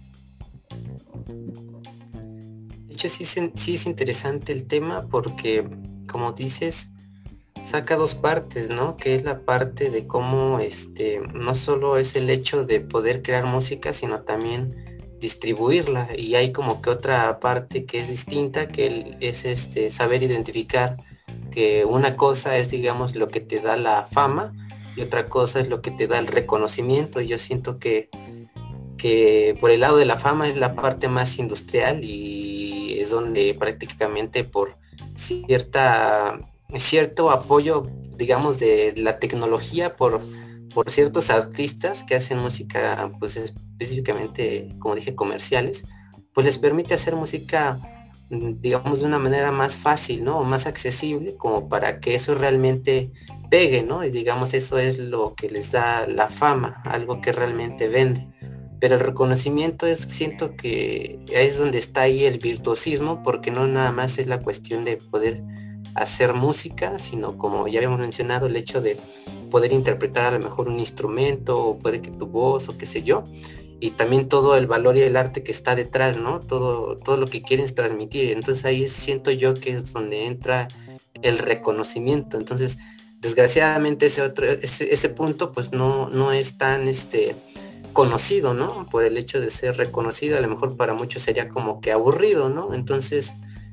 De hecho, sí, sí es interesante el tema porque, como dices, saca dos partes, ¿no? Que es la parte de cómo este no solo es el hecho de poder crear música, sino también distribuirla. Y hay como que otra parte que es distinta, que es este saber identificar que una cosa es, digamos, lo que te da la fama y otra cosa es lo que te da el reconocimiento. Y yo siento que que por el lado de la fama es la parte más industrial y es donde prácticamente por cierta cierto apoyo, digamos, de la tecnología por, por ciertos artistas que hacen música, pues específicamente, como dije, comerciales, pues les permite hacer música, digamos, de una manera más fácil, ¿no? O más accesible, como para que eso realmente pegue, ¿no? Y digamos, eso es lo que les da la fama, algo que realmente vende. pero el reconocimiento es, siento que es donde está ahí el virtuosismo, porque no nada más es la cuestión de poder hacer música, sino como ya habíamos mencionado, el hecho de poder interpretar a lo mejor un instrumento, o puede que tu voz, o qué sé yo, y también todo el valor y el arte que está detrás, ¿no? Todo, todo lo que quieres transmitir. Entonces ahí siento yo que es donde entra el reconocimiento. Entonces, desgraciadamente ese otro, ese, ese punto pues no, no es tan este conocido, ¿no? Por el hecho de ser reconocido, a lo mejor para muchos sería como que aburrido, ¿no? Entonces,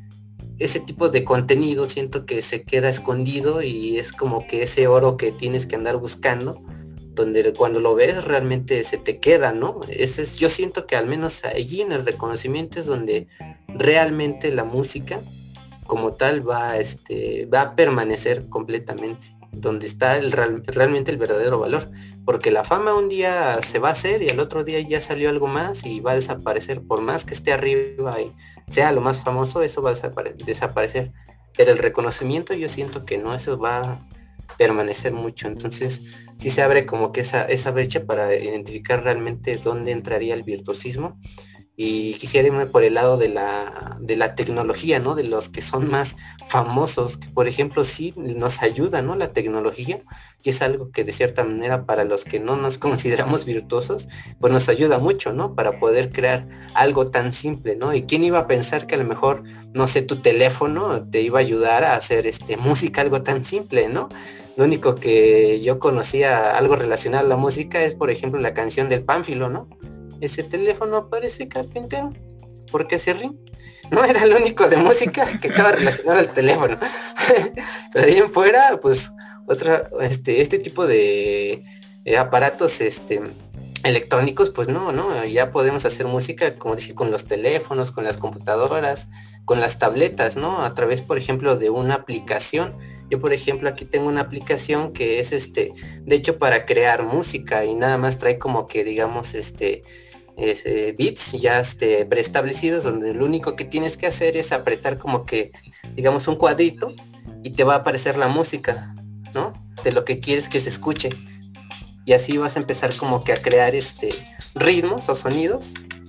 ese tipo de contenido siento que se queda escondido y es como que ese oro que tienes que andar buscando, donde cuando lo ves realmente se te queda, ¿no? Ese es, yo siento que al menos allí en el reconocimiento es donde realmente la música como tal va, este, va a permanecer completamente, donde está el real, realmente el verdadero valor, porque la fama un día se va a hacer y al otro día ya salió algo más y va a desaparecer, por más que esté arriba y sea lo más famoso, eso va a desapare- desaparecer, pero el reconocimiento yo siento que no, eso va a permanecer mucho. Entonces sí se abre como que esa, esa brecha para identificar realmente dónde entraría el virtuosismo. Y quisiera irme por el lado de la, de la tecnología, ¿no? De los que son más famosos, que por ejemplo sí nos ayuda, ¿no? La tecnología, y es algo que de cierta manera para los que no nos consideramos virtuosos, pues nos ayuda mucho, ¿no? Para poder crear algo tan simple, ¿no? Y quién iba a pensar que a lo mejor, no sé, tu teléfono te iba a ayudar a hacer este música, algo tan simple, ¿no? Lo único que yo conocía algo relacionado a la música es, por ejemplo, la canción del Pánfilo, ¿no? Ese teléfono parece carpintero, ¿por qué se ríe? No era el único de música que estaba relacionado al teléfono. Pero de ahí en fuera, pues, otra, este, este tipo de eh, aparatos este, electrónicos, pues no, no, ya podemos hacer música, como dije, con los teléfonos, con las computadoras, con las tabletas, ¿no? A través, por ejemplo, de una aplicación. Yo, por ejemplo, aquí tengo una aplicación que es, este, de hecho, para crear música y nada más trae como que, digamos, este, es, eh, beats ya este, preestablecidos, donde lo único que tienes que hacer es apretar como que, digamos, un cuadrito y te va a aparecer la música, ¿no? De lo que quieres que se escuche. Y así vas a empezar como que a crear este ritmos o sonidos.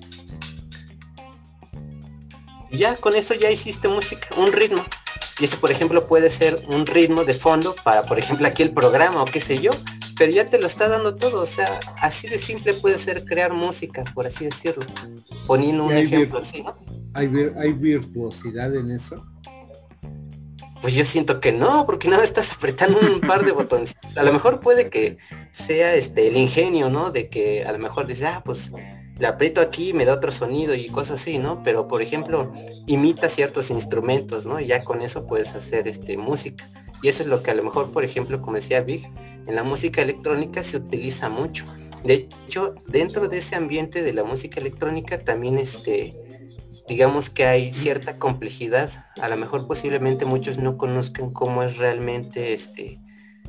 Y ya con eso ya hiciste música, un ritmo. Y ese, por ejemplo, puede ser un ritmo de fondo para, por ejemplo, aquí el programa o qué sé yo, pero ya te lo está dando todo. O sea, así de simple puede ser crear música, por así decirlo, poniendo un ejemplo así, ¿no? ¿Hay, vir- ¿Hay virtuosidad en eso? Pues yo siento que no, porque nada estás apretando un par de botones. A lo mejor puede que sea este el ingenio, ¿no? De que a lo mejor dices, ah, pues le aprieto aquí y me da otro sonido y cosas así, ¿no? Pero por ejemplo, imita ciertos instrumentos, ¿no? Y ya con eso puedes hacer este música. Y eso es lo que a lo mejor, por ejemplo, como decía Vic, en la música electrónica se utiliza mucho. De hecho, dentro de ese ambiente de la música electrónica también este digamos que hay cierta complejidad. A lo mejor posiblemente muchos no conozcan cómo es realmente este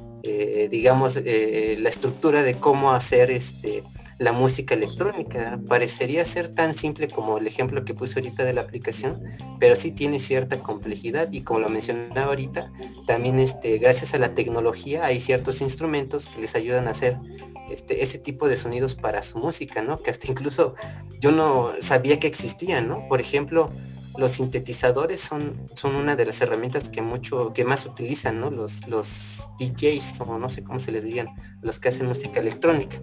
eh, digamos eh, la estructura de cómo hacer este la música electrónica. Parecería ser tan simple como el ejemplo que puse ahorita de la aplicación, pero sí tiene cierta complejidad y como lo mencionaba ahorita, también este gracias a la tecnología hay ciertos instrumentos que les ayudan a hacer este ese tipo de sonidos para su música, ¿no? Que hasta incluso yo no sabía que existían, ¿no? Por ejemplo, los sintetizadores son, son una de las herramientas que mucho, que más utilizan, ¿no? Los, los D Js, o no sé cómo se les dirían, los que hacen música electrónica.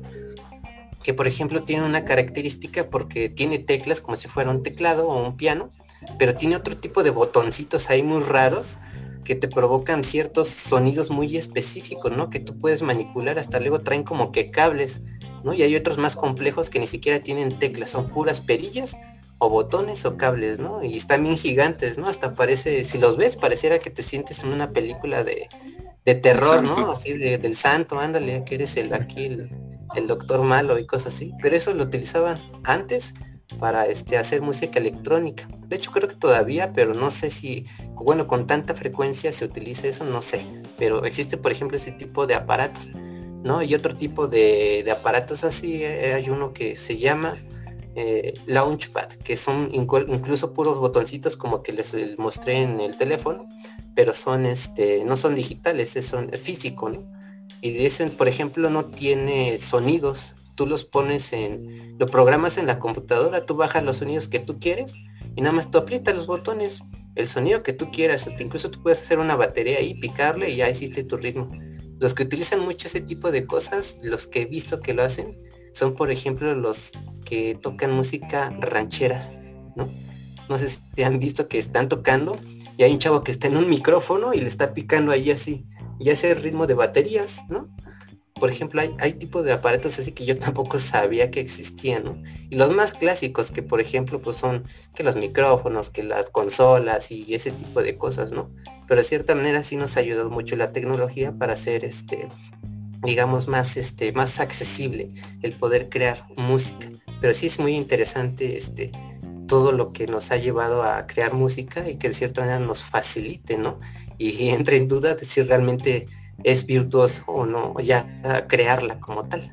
Que por ejemplo tiene una característica porque tiene teclas como si fuera un teclado o un piano, pero tiene otro tipo de botoncitos ahí muy raros que te provocan ciertos sonidos muy específicos, ¿no? Que tú puedes manipular, hasta luego traen como que cables, ¿no? Y hay otros más complejos que ni siquiera tienen teclas, son puras perillas o botones o cables, ¿no? Y están bien gigantes, ¿no? Hasta parece, si los ves, pareciera que te sientes en una película de, de terror, ¿no? Así de, del santo, ándale, que eres el aquí el, el doctor malo y cosas así. Pero eso lo utilizaban antes para este hacer música electrónica. De hecho creo que todavía, pero no sé si, bueno, con tanta frecuencia se utiliza eso, no sé. Pero existe, por ejemplo, ese tipo de aparatos, ¿no? Y otro tipo de, de aparatos así, eh, hay uno que se llama eh, Launchpad, que son incu- incluso puros botoncitos como que les, les mostré en el teléfono, pero son este, no son digitales, son físicos, ¿no? Y dicen, por ejemplo, no tiene sonidos, tú los pones en, lo programas en la computadora, tú bajas los sonidos que tú quieres y nada más tú aprietas los botones, el sonido que tú quieras, hasta incluso tú puedes hacer una batería ahí, picarle y ya hiciste tu ritmo. Los que utilizan mucho ese tipo de cosas, los que he visto que lo hacen, son por ejemplo los que tocan música ranchera, ¿no? No sé si han visto que están tocando y hay un chavo que está en un micrófono y le está picando ahí así, y hace ritmo de baterías, ¿no? Por ejemplo, hay, hay tipos de aparatos así que yo tampoco sabía que existían, ¿no? Y los más clásicos que, por ejemplo, pues son que los micrófonos, que las consolas y ese tipo de cosas, ¿no? Pero de cierta manera sí nos ha ayudado mucho la tecnología para hacer, este, digamos, más, este, más accesible el poder crear música. Pero sí es muy interesante, este, todo lo que nos ha llevado a crear música y que de cierta manera nos facilite, ¿no? Y, y entre en duda de si realmente es virtuoso o no, ya crearla como tal.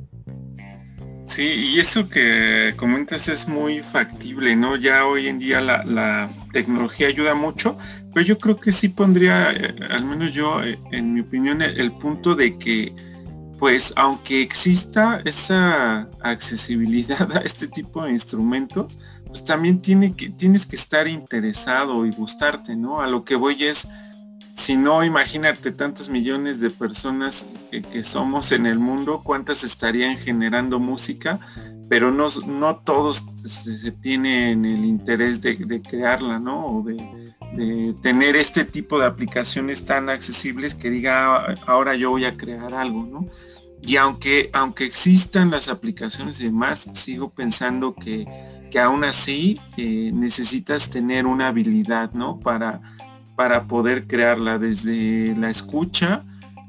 Sí, y eso que comentas es muy factible, ¿no? Ya hoy en día la, la tecnología ayuda mucho, pero yo creo que sí pondría, eh, al menos yo, eh, en mi opinión, el, el punto de que, pues, aunque exista esa accesibilidad a este tipo de instrumentos, pues también tiene que, tienes que estar interesado y gustarte, ¿no? A lo que voy es, si no, imagínate tantos millones de personas que, que somos en el mundo, cuántas estarían generando música, pero no, no todos se, se tienen el interés de, de crearla, ¿no? O de, de tener este tipo de aplicaciones tan accesibles que diga, ahora yo voy a crear algo, ¿no? Y aunque, aunque existan las aplicaciones y demás, sigo pensando que, que aún así eh, necesitas tener una habilidad, ¿no? Para para poder crearla, desde la escucha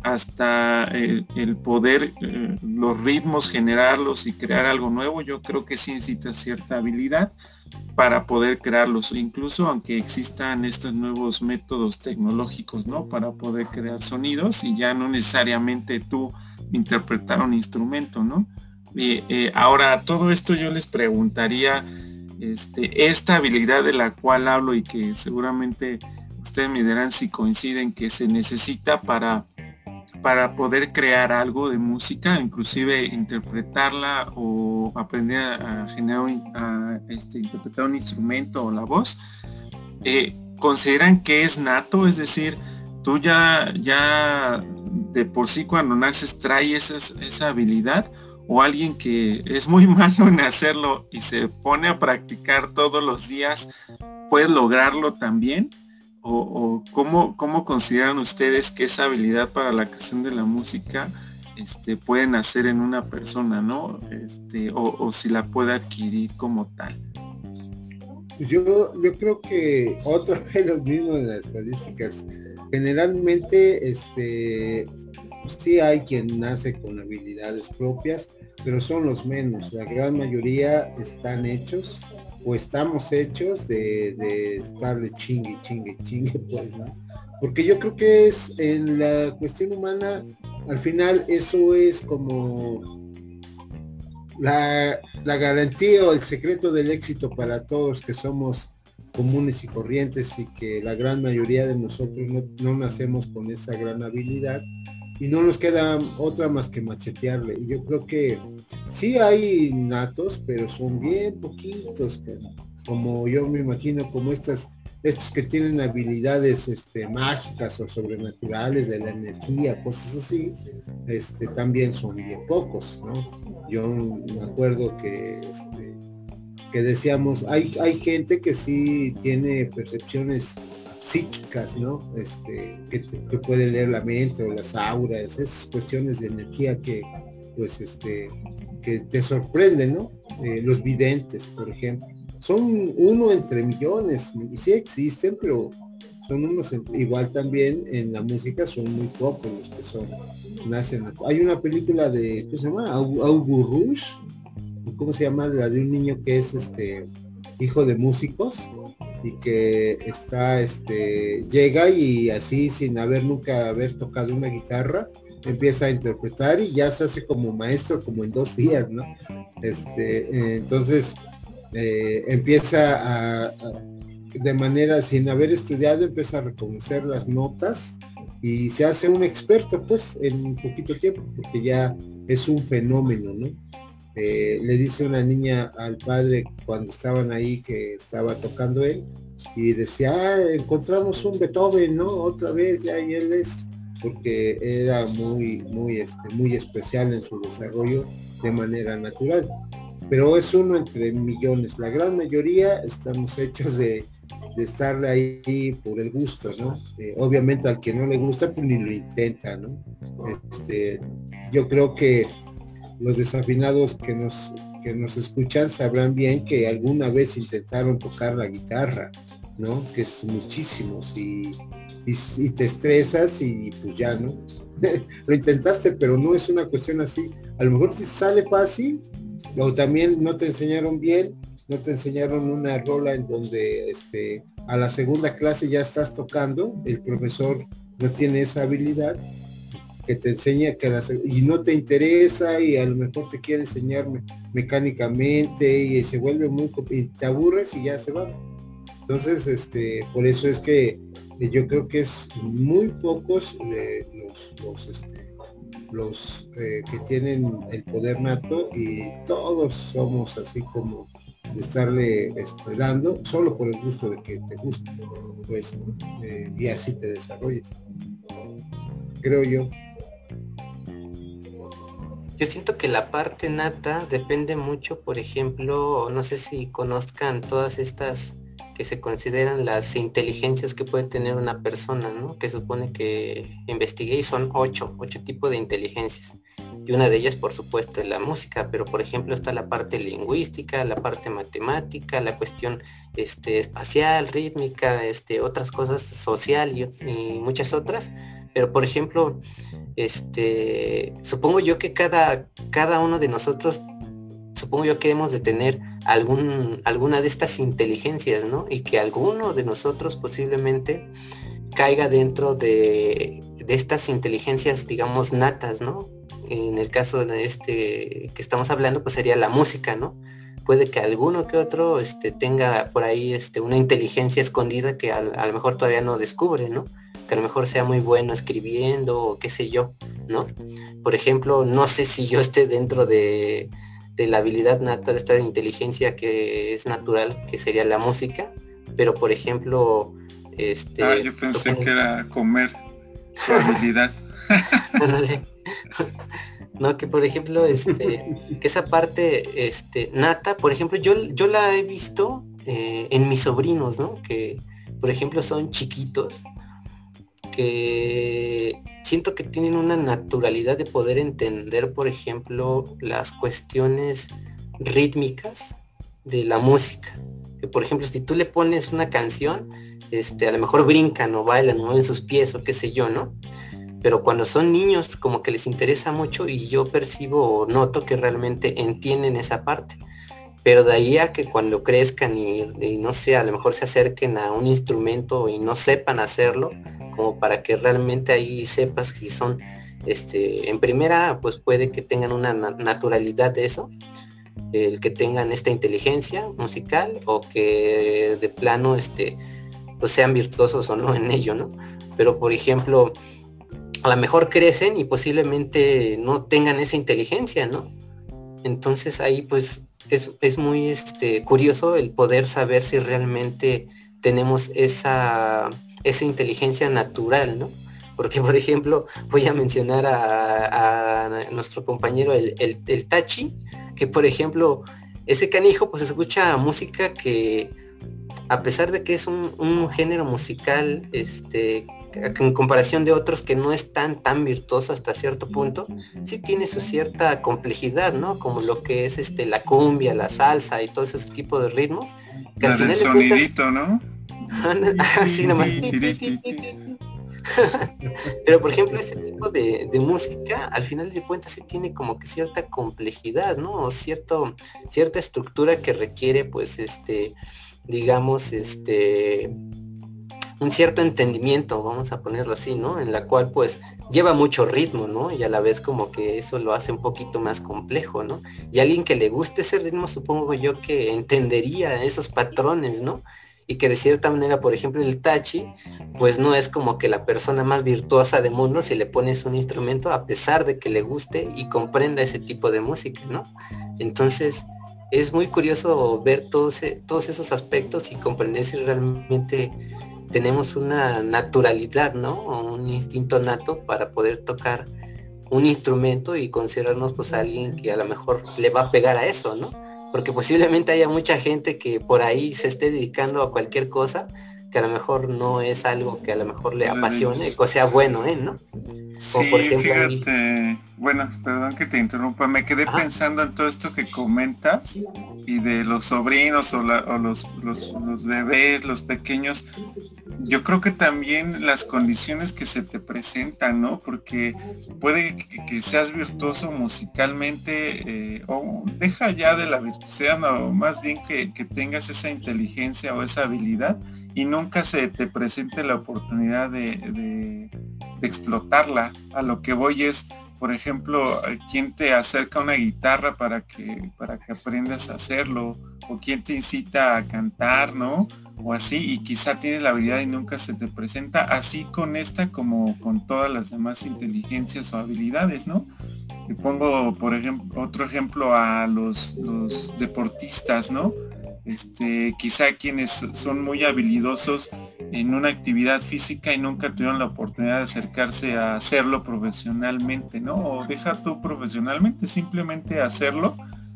hasta el, el poder, eh, los ritmos, generarlos y crear algo nuevo. Yo creo que sí necesita cierta habilidad para poder crearlos, incluso aunque existan estos nuevos métodos tecnológicos, ¿no? Para poder crear sonidos y ya no necesariamente tú interpretar un instrumento, ¿no? Eh, eh, ahora, todo esto yo les preguntaría, este, esta habilidad de la cual hablo y que seguramente ustedes me dirán si coinciden, que se necesita para, para poder crear algo de música, inclusive interpretarla o aprender a, a generar a, este, interpretar un instrumento o la voz. Eh, ¿consideran que es nato? Es decir, tú ya, ya de por sí cuando naces trae esas, esa habilidad, o alguien que es muy malo en hacerlo y se pone a practicar todos los días puede lograrlo también. O, o cómo, cómo consideran ustedes que esa habilidad para la creación de la música este, pueden hacer en una persona, ¿no? Este, o, o si la puede adquirir como tal. Yo, yo creo que otra vez lo mismo en las estadísticas. Generalmente, este, sí hay quien nace con habilidades propias, pero son los menos. La gran mayoría están hechos o estamos hechos de, de estarle chingue, chingue, chingue, pues, ¿no? Porque yo creo que es en la cuestión humana, al final eso es como la, la garantía o el secreto del éxito para todos que somos comunes y corrientes y que la gran mayoría de nosotros no, no nacemos con esa gran habilidad y no nos queda otra más que machetearle. Y yo creo que sí hay natos, pero son bien poquitos, como yo me imagino, como estas, estos que tienen habilidades este, mágicas o sobrenaturales de la energía, cosas así, este, también son bien pocos, ¿no? Yo me acuerdo que, este, que decíamos, hay, hay gente que sí tiene percepciones psíquicas, ¿no? Este, que, que puede leer la mente o las auras, esas cuestiones de energía que, pues, este, que te sorprenden, ¿no? Eh, los videntes, por ejemplo, son uno entre millones, y sí existen, pero son unos, entre, igual también en la música son muy pocos los que son, nacen. Hay una película de, ¿qué se llama? Augur Rouge, ¿cómo se llama? La de un niño que es, este, hijo de músicos, y que está, este, llega y así sin haber nunca haber tocado una guitarra, empieza a interpretar y ya se hace como maestro como en dos días, ¿no? Este, eh, entonces eh, empieza a, a, de manera sin haber estudiado, empieza a reconocer las notas y se hace un experto, pues, en un poquito tiempo, porque ya es un fenómeno, ¿no? eh, le dice una niña al padre cuando estaban ahí que estaba tocando él, y decía, ah, encontramos un Beethoven, ¿no? Otra vez, ya, y él es, porque era muy, muy, este, muy especial en su desarrollo de manera natural. Pero es uno entre millones. La gran mayoría estamos hechos de, de estar ahí por el gusto, ¿no? Eh, obviamente al que no le gusta, pues ni lo intenta, ¿no? Este, yo creo que los desafinados que nos, que nos escuchan sabrán bien que alguna vez intentaron tocar la guitarra, ¿no? Que es muchísimos, y, y, y te estresas y pues ya, ¿no? Lo intentaste, pero no es una cuestión así. A lo mejor si sale fácil, o también no te enseñaron bien, no te enseñaron una rola en donde este, a la segunda clase ya estás tocando, el profesor no tiene esa habilidad, que te enseña que la, y no te interesa, y a lo mejor te quiere enseñar me, mecánicamente, y se vuelve muy, y te aburres y ya se va. Entonces, este, por eso es que yo creo que es muy pocos eh, los, los, este, los eh, que tienen el poder nato, y todos somos así como de estarle este, dando solo por el gusto de que te guste, pues, eh, y así te desarrolles, creo yo. Yo siento que la parte nata depende mucho, por ejemplo, no sé si conozcan todas estas que se consideran las inteligencias que puede tener una persona, ¿no? Que supone que investigué y son ocho, ocho tipos de inteligencias. Y una de ellas, por supuesto, es la música, pero por ejemplo está la parte lingüística, la parte matemática, la cuestión este, espacial, rítmica, este, otras cosas, social y, y muchas otras. Pero por ejemplo, este, supongo yo que cada, cada uno de nosotros, supongo yo que hemos de tener algún, alguna de estas inteligencias, ¿no? Y que alguno de nosotros posiblemente caiga dentro de, de estas inteligencias, digamos, natas, ¿no? En el caso de este que estamos hablando, pues sería la música, ¿no? Puede que alguno que otro este, tenga por ahí este, una inteligencia escondida que a, a lo mejor todavía no descubre, ¿no? Que a lo mejor sea muy bueno escribiendo o qué sé yo, ¿no? Por ejemplo, no sé si yo esté dentro de, de la habilidad nata de esta inteligencia que es natural, que sería la música, pero por ejemplo, este... Ah, yo pensé que era comer, su habilidad. No, que por ejemplo, este, que esa parte este, nata, por ejemplo, yo, yo la he visto eh, en mis sobrinos, ¿no? Que, por ejemplo, son chiquitos, que siento que tienen una naturalidad de poder entender, por ejemplo, las cuestiones rítmicas de la música. Que, por ejemplo, si tú le pones una canción, este, a lo mejor brincan o bailan o mueven sus pies o qué sé yo, ¿no? Pero cuando son niños como que les interesa mucho y yo percibo o noto que realmente entienden esa parte. Pero de ahí a que cuando crezcan y, y no sé, a lo mejor se acerquen a un instrumento y no sepan hacerlo, como para que realmente ahí sepas si son, este, en primera, pues puede que tengan una na- naturalidad de eso, el que tengan esta inteligencia musical o que de plano, este, pues sean virtuosos o no en ello, ¿no? Pero por ejemplo, a lo mejor crecen y posiblemente no tengan esa inteligencia, ¿no? Entonces ahí pues es, es muy este, curioso el poder saber si realmente tenemos esa, esa inteligencia natural, ¿no? Porque por ejemplo voy a mencionar a, a nuestro compañero el, el, el Tachi, que por ejemplo ese canijo pues escucha música que a pesar de que es un, un género musical este en comparación de otros que no es tan tan virtuoso hasta cierto punto, sí tiene su cierta complejidad, ¿no? Como lo que es este la cumbia, la salsa y todo ese tipo de ritmos. Que la al del sonidito, cuentas... ¿no? Así nomás. Pero por ejemplo, este tipo de, de música, al final de cuentas sí tiene como que cierta complejidad, ¿no? O cierto, cierta estructura que requiere, pues, este, digamos, este... un cierto entendimiento, vamos a ponerlo así, ¿no? En la cual pues lleva mucho ritmo, ¿no? Y a la vez como que eso lo hace un poquito más complejo, ¿no? Y alguien que le guste ese ritmo, supongo yo que entendería esos patrones, ¿no? y que de cierta manera, por ejemplo, el tachi, pues no es como que la persona más virtuosa del mundo si le pones un instrumento, a pesar de que le guste y comprenda ese tipo de música, ¿no? Entonces, es muy curioso ver todos, todos esos aspectos y comprender si realmente tenemos una naturalidad, ¿no? O un instinto nato para poder tocar un instrumento y considerarnos pues a alguien que a lo mejor le va a pegar a eso, ¿no? Porque posiblemente haya mucha gente que por ahí se esté dedicando a cualquier cosa que a lo mejor no es algo que a lo mejor le apasione, o sea bueno, ¿eh? ¿No? Sí, por ejemplo, fíjate, ahí... bueno, perdón que te interrumpa, me quedé Ajá. pensando en todo esto que comentas y de los sobrinos o, la, o los, los, los bebés, los pequeños. Yo creo que también las condiciones que se te presentan, ¿no? Porque puede que, que seas virtuoso musicalmente, eh, o deja ya de la virtuosidad, o más bien que, que tengas esa inteligencia o esa habilidad y nunca se te presente la oportunidad de, de, de explotarla. A lo que voy es, por ejemplo, ¿quién te acerca una guitarra para que, para que aprendas a hacerlo? ¿O quién te incita a cantar, ¿no? O así, y quizá tienes la habilidad y nunca se te presenta, así con esta como con todas las demás inteligencias o habilidades, ¿no? Te pongo, por ejemplo, otro ejemplo a los, los deportistas, ¿no? Este, quizá quienes son muy habilidosos en una actividad física y nunca tuvieron la oportunidad de acercarse a hacerlo profesionalmente, ¿no? O deja tú profesionalmente, simplemente hacerlo,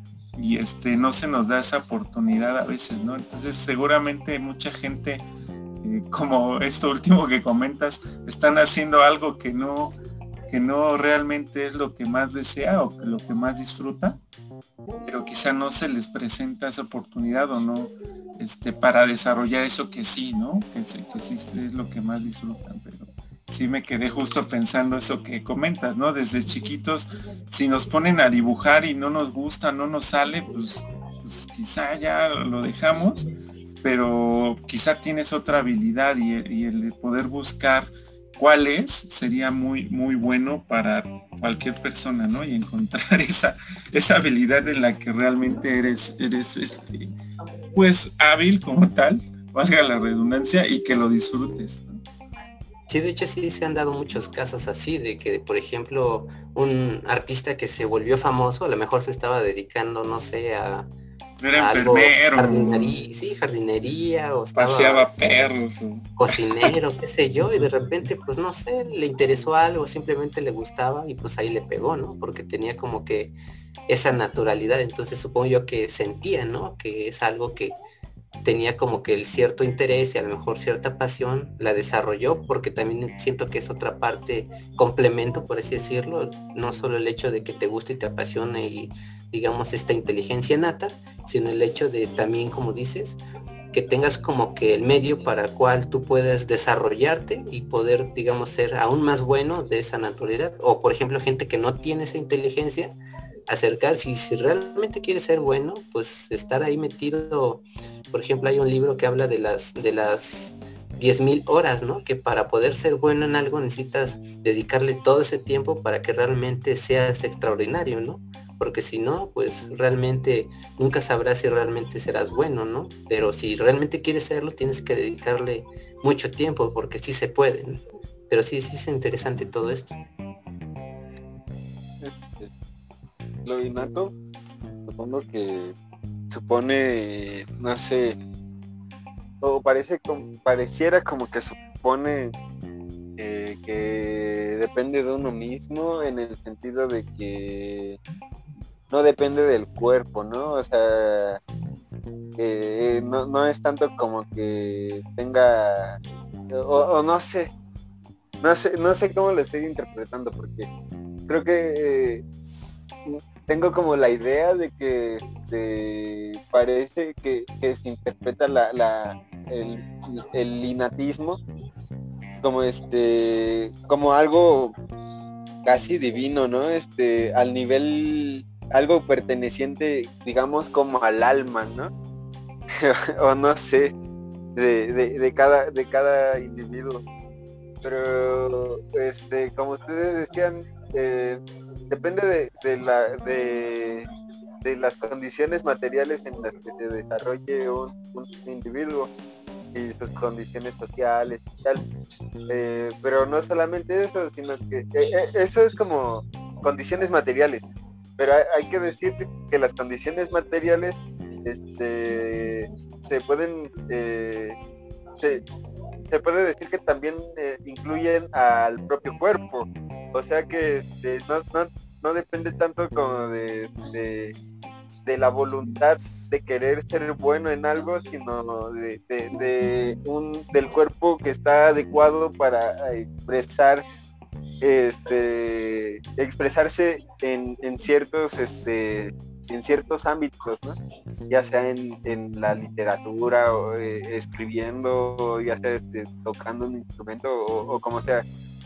y este no se nos da esa oportunidad a veces, ¿no? Entonces seguramente mucha gente, eh, como esto último que comentas, están haciendo algo que no que no realmente es lo que más desea o que lo que más disfruta, pero quizá no se les presenta esa oportunidad o no, este, para desarrollar eso que sí, ¿no? Que, se, que sí es lo que más disfrutan, pero sí me quedé justo pensando eso que comentas, ¿no? Desde chiquitos, si nos ponen a dibujar y no nos gusta, no nos sale, pues, pues quizá ya lo dejamos, pero quizá tienes otra habilidad y, y el poder buscar cuál es, sería muy, muy bueno para cualquier persona, ¿no? Y encontrar esa, esa habilidad en la que realmente eres, eres este, pues hábil como tal, valga la redundancia, y que lo disfrutes, ¿no? Sí, de hecho sí se han dado muchos casos así, de que, por ejemplo, un artista que se volvió famoso, a lo mejor se estaba dedicando, no sé, a, Era a algo, enfermero, jardinería, sí, jardinería, o estaba paseaba perros, o... cocinero, qué sé yo, y de repente, pues no sé, le interesó algo, simplemente le gustaba y pues ahí le pegó, ¿no? Porque tenía como que esa naturalidad, entonces supongo yo que sentía, ¿no? Que es algo que tenía como que el cierto interés y a lo mejor cierta pasión, la desarrolló, porque también siento que es otra parte, complemento, por así decirlo, no solo el hecho de que te guste y te apasione y digamos esta inteligencia nata, sino el hecho de también, como dices, que tengas como que el medio para el cual tú puedas desarrollarte y poder, digamos, ser aún más bueno de esa naturalidad. O por ejemplo, gente que no tiene esa inteligencia, acercarse, y si realmente quiere ser bueno, pues estar ahí metido. Por ejemplo, hay un libro que habla de las de las diez mil horas, ¿no? Que para poder ser bueno en algo necesitas dedicarle todo ese tiempo para que realmente seas extraordinario, ¿no? Porque si no, pues realmente nunca sabrás si realmente serás bueno, ¿no? Pero si realmente quieres serlo, tienes que dedicarle mucho tiempo, porque sí se puede, ¿no? Pero sí, sí es interesante todo esto. Lo innato, supongo que supone, no sé, o parece como, pareciera como que supone eh, que depende de uno mismo, en el sentido de que no depende del cuerpo, ¿no? O sea, eh, no, no es tanto como que tenga, o, o no sé, no sé, no sé cómo lo estoy interpretando, porque creo que eh, tengo como la idea de que se parece que, que se interpreta la, la el, el innatismo como este como algo casi divino, ¿no? Este, al nivel, algo perteneciente, digamos, como al alma, ¿no? O no sé, de, de, de cada de cada individuo. Pero este, como ustedes decían, eh, depende de, de la de, de las condiciones materiales en las que se desarrolle un, un individuo. y sus condiciones sociales y tal. Eh, pero no solamente eso, sino que eh, eh, eso es como condiciones materiales, pero hay, hay que decir que las condiciones materiales este, se pueden eh, se, se puede decir que también eh, incluyen al propio cuerpo, o sea que este, no, no, no depende tanto como de, de, de la voluntad de querer ser bueno en algo, sino de, de, de un, del cuerpo que está adecuado para expresar este expresarse en, en ciertos este en ciertos ámbitos, ¿no? Ya sea en, en la literatura o eh, escribiendo, o ya sea este, tocando un instrumento o, o como sea,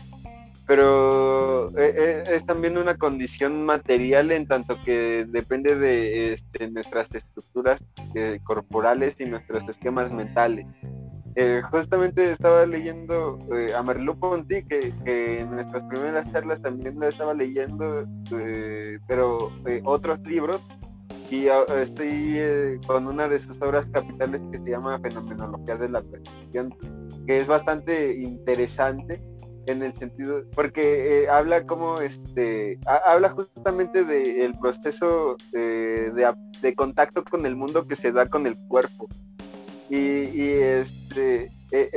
pero eh, es también una condición material en tanto que depende de este, nuestras estructuras eh, corporales y nuestros esquemas mentales. Eh, justamente estaba leyendo eh, a Merleau-Ponty, que, que en nuestras primeras charlas también lo estaba leyendo, eh, pero eh, otros libros, y uh, estoy eh, con una de sus obras capitales que se llama Fenomenología de la Percepción, que es bastante interesante en el sentido, porque eh, habla como este, ha, habla justamente del proceso eh, de, de contacto con el mundo que se da con el cuerpo. Y, y este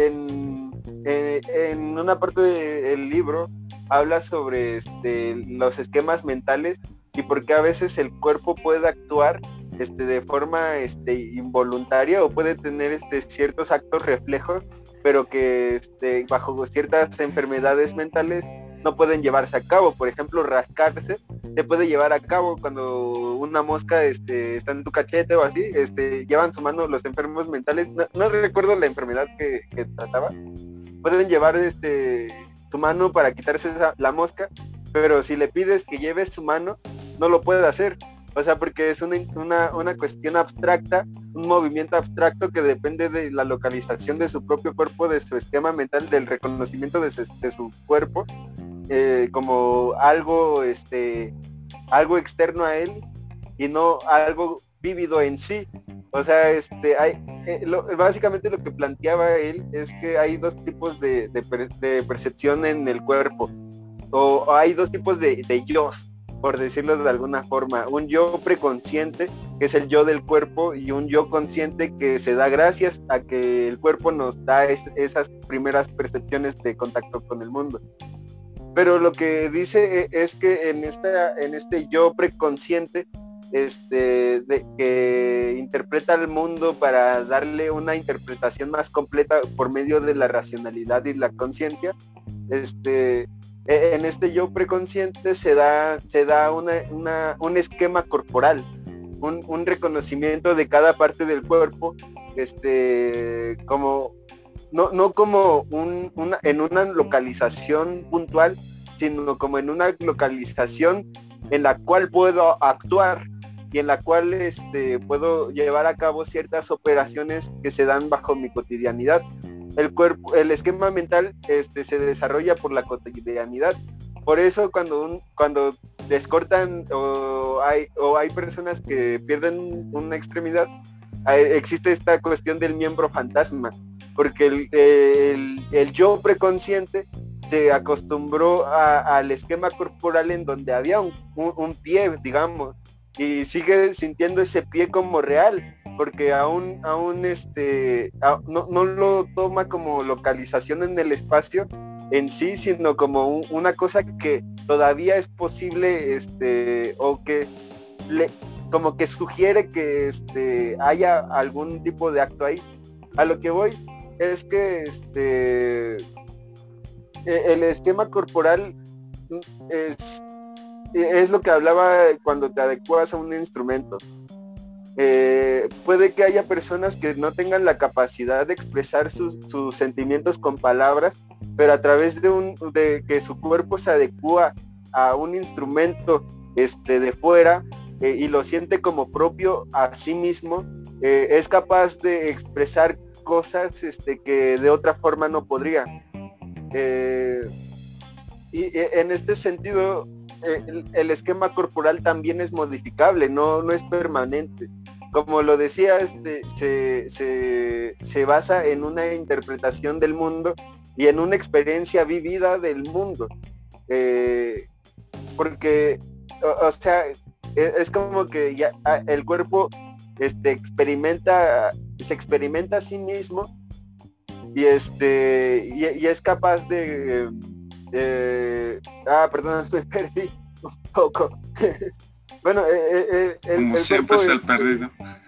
en, en, en una parte del libro habla sobre este, los esquemas mentales y por qué a veces el cuerpo puede actuar este, de forma este, involuntaria o puede tener este, ciertos actos reflejos, pero que este, bajo ciertas enfermedades mentales no pueden llevarse a cabo. Por ejemplo, rascarse se puede llevar a cabo cuando una mosca este, está en tu cachete o así, este, llevan su mano los enfermos mentales, no, no recuerdo la enfermedad que, que trataba, pueden llevar este, su mano para quitarse esa, la mosca, pero si le pides que lleve su mano, no lo puede hacer, o sea, porque es una, una, una cuestión abstracta, un movimiento abstracto que depende de la localización de su propio cuerpo, de su esquema mental, del reconocimiento de su, de su cuerpo, eh, como algo, este, algo externo a él y no algo vívido en sí. O sea, este, hay, eh, lo, básicamente lo que planteaba él es que hay dos tipos de, de, de percepción en el cuerpo, o, o hay dos tipos de, de yos, por decirlo de alguna forma, un yo preconsciente, que es el yo del cuerpo, y un yo consciente que se da gracias a que el cuerpo nos da es, esas primeras percepciones de contacto con el mundo. Pero lo que dice es que en esta, en este yo preconsciente, este, de, que interpreta el mundo para darle una interpretación más completa por medio de la racionalidad y la conciencia, este, en este yo preconsciente se da, se da una, una, un esquema corporal, un, un reconocimiento de cada parte del cuerpo, este, como no, no como un, una, en una localización puntual, sino como en una localización en la cual puedo actuar y en la cual este, puedo llevar a cabo ciertas operaciones que se dan bajo mi cotidianidad. El cuerpo, el esquema mental este, se desarrolla por la cotidianidad. Por eso cuando un, cuando les cortan o hay, o hay personas que pierden una extremidad, hay, existe esta cuestión del miembro fantasma, porque el, el, el yo preconsciente se acostumbró a, al esquema corporal en donde había un, un, un pie, digamos, y sigue sintiendo ese pie como real, porque aún, aún este, a, no, no lo toma como localización en el espacio en sí, sino como un, una cosa que todavía es posible, este, o que le, como que sugiere que este, haya algún tipo de acto ahí. A lo que voy es que este, el esquema corporal es, es lo que hablaba cuando te adecuas a un instrumento. Eh, puede que haya personas que no tengan la capacidad de expresar sus, sus sentimientos con palabras, pero a través de un de que su cuerpo se adecua a un instrumento este, de fuera eh, y lo siente como propio a sí mismo, eh, es capaz de expresar cosas este, que de otra forma no podría. Eh, y en este sentido, el, el esquema corporal también es modificable, no, no es permanente. como lo decía, este, se, se, se basa en una interpretación del mundo y en una experiencia vivida del mundo. Eh, porque, o, o sea, es, es como que ya el cuerpo este, experimenta, se experimenta a sí mismo y, este, y, y es capaz de... Eh, ah, perdón, me perdí un poco. Bueno, eh, eh, el, como el siempre cuerpo, es el perdido.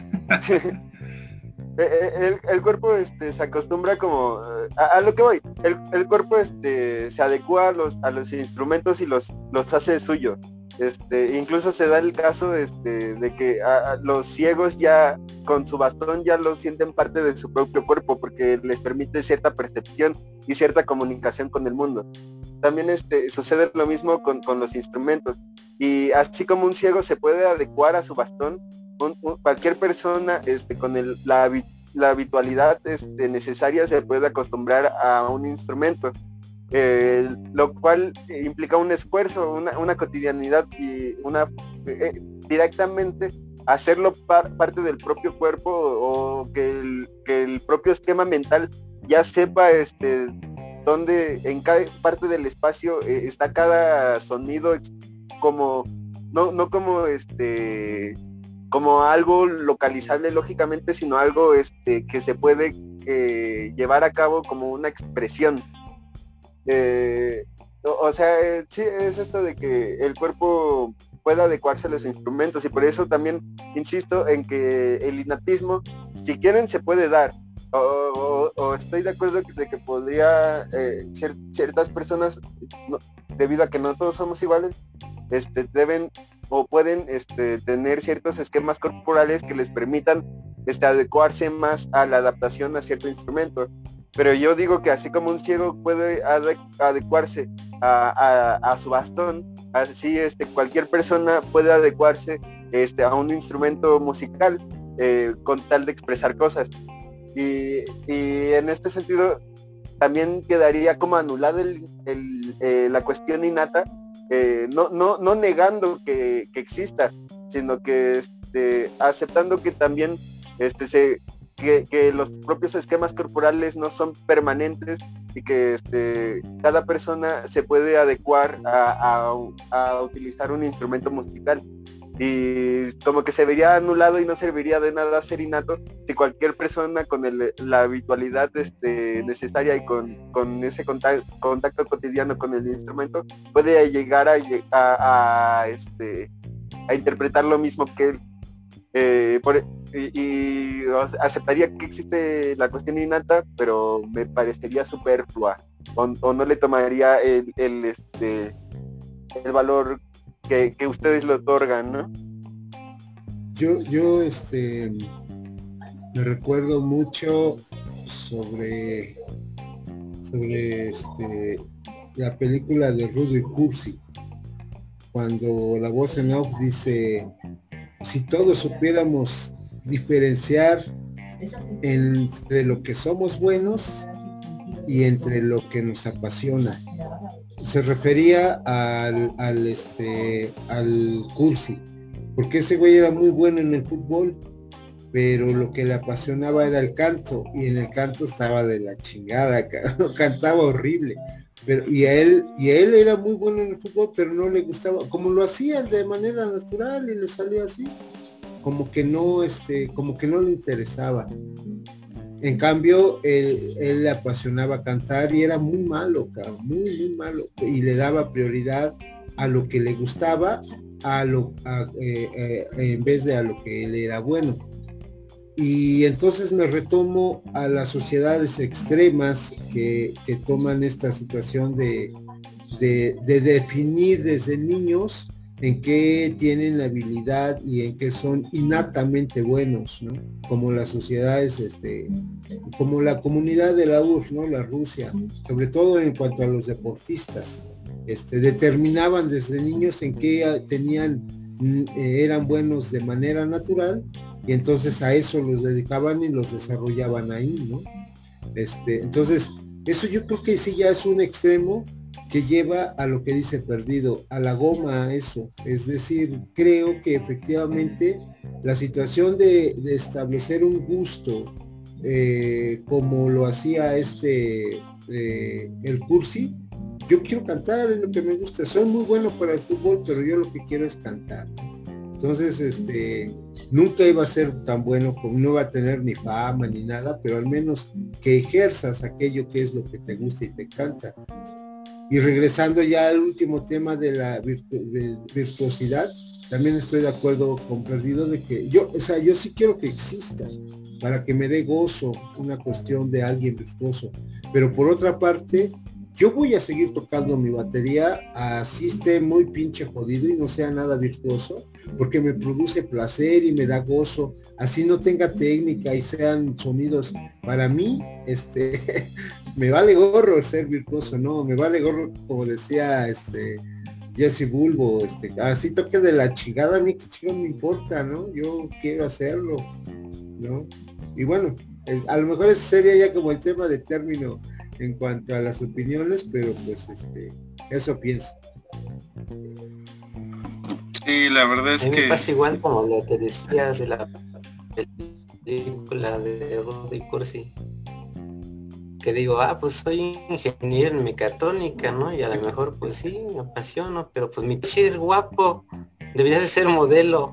el, el cuerpo este, se acostumbra como a, a lo que voy. El, el cuerpo este, se adecua a los, a los instrumentos y los, los hace suyo. Este, incluso se da el caso este, de que a, a los ciegos ya con su bastón ya lo sienten parte de su propio cuerpo porque les permite cierta percepción y cierta comunicación con el mundo. También este, sucede lo mismo con, con los instrumentos. Y así como un ciego se puede adecuar a su bastón, un, un, cualquier persona este, con el, la, la habitualidad este, necesaria se puede acostumbrar a un instrumento, eh, lo cual implica un esfuerzo, una, una cotidianidad y una eh, directamente hacerlo par, parte del propio cuerpo o que el, que el propio esquema mental ya sepa este, dónde en cada parte del espacio eh, está cada sonido como no no como este como algo localizable lógicamente, sino algo este que se puede eh, llevar a cabo como una expresión. Eh, o, o sea, eh, sí es esto de que el cuerpo pueda adecuarse a los instrumentos y por eso también insisto en que el innatismo, si quieren, se puede dar. O, o, o estoy de acuerdo de que podría eh, cier, ciertas personas, no, debido a que no todos somos iguales, este, deben o pueden este, tener ciertos esquemas corporales que les permitan este, adecuarse más a la adaptación a cierto instrumento. Pero yo digo que así como un ciego puede ade adecuarse a, a, a su bastón, así este, cualquier persona puede adecuarse este, a un instrumento musical eh, con tal de expresar cosas. Y, y en este sentido también quedaría como anulada el, el, eh, la cuestión innata, eh, no, no, no negando que, que exista, sino que este, aceptando que también este, se, que, que los propios esquemas corporales no son permanentes y que este, cada persona se puede adecuar a, a, a utilizar un instrumento musical. Y como que se vería anulado y no serviría de nada ser innato si cualquier persona con el, la habitualidad este, necesaria y con, con ese contacto, contacto cotidiano con el instrumento puede llegar a, a, a, este, a interpretar lo mismo que él. Eh, por, y, y o sea, aceptaría que existe la cuestión innata, pero me parecería superflua o, o no le tomaría el, el, este, el valor Que, que ustedes lo otorgan, ¿no? Yo, yo este me recuerdo mucho sobre sobre este la película de Rudy Cursi, cuando la voz en off dice: si todos supiéramos diferenciar entre lo que somos buenos y entre lo que nos apasiona. Se refería al, al este al Cursi, porque ese güey era muy bueno en el fútbol, pero lo que le apasionaba era el canto, y en el canto estaba de la chingada, cantaba horrible, pero y a él y a él era muy bueno en el fútbol, pero no le gustaba, como lo hacía de manera natural y le salía así, como que no este como que no le interesaba. En cambio, él, él le apasionaba cantar y era muy malo, cabrón, muy, muy malo. Y le daba prioridad a lo que le gustaba, a lo, a, eh, eh, en vez de a lo que él era bueno. Y entonces me retomo a las sociedades extremas que, que toman esta situación de, de, de definir desde niños en qué tienen la habilidad y en qué son innatamente buenos, ¿no? Como las sociedades, este, como la comunidad de la U R S S, ¿no? La Rusia, sobre todo en cuanto a los deportistas, este, determinaban desde niños en qué tenían, eran buenos de manera natural, y entonces a eso los dedicaban y los desarrollaban ahí, ¿no? Este, entonces, eso yo creo que sí ya es un extremo, que lleva a lo que dice Perdido, a la goma, eso. Es decir, creo que efectivamente la situación de, de establecer un gusto eh, como lo hacía este eh, el Cursi, yo quiero cantar, es lo que me gusta, soy muy bueno para el fútbol, pero yo lo que quiero es cantar. Entonces, este, nunca iba a ser tan bueno, como no iba a tener ni fama ni nada, pero al menos que ejerzas aquello que es lo que te gusta y te encanta. Y regresando ya al último tema de la virtu- de virtuosidad, también estoy de acuerdo con Perdido de que yo, o sea, yo sí quiero que exista para que me dé gozo una cuestión de alguien virtuoso, pero por otra parte, yo voy a seguir tocando mi batería así esté muy pinche jodido y no sea nada virtuoso, porque me produce placer y me da gozo, así no tenga técnica y sean sonidos. Para mí, este, me vale gorro ser virtuoso, no, me vale gorro, como decía este Jesse Bulbo, este, así toque de la chingada, a mí que chido me importa, ¿no? Yo quiero hacerlo, ¿no? Y bueno, eh, a lo mejor ese sería ya como el tema de término en cuanto a las opiniones, pero pues este, eso pienso. Sí, la verdad es A mí que... me pasa igual como lo que decías de la película de Rudy Cursi, que digo, ah, pues soy ingeniero en mecatrónica, ¿no? Y a lo mejor, pues sí, me apasiono, pero pues mi chico es guapo, deberías de ser modelo.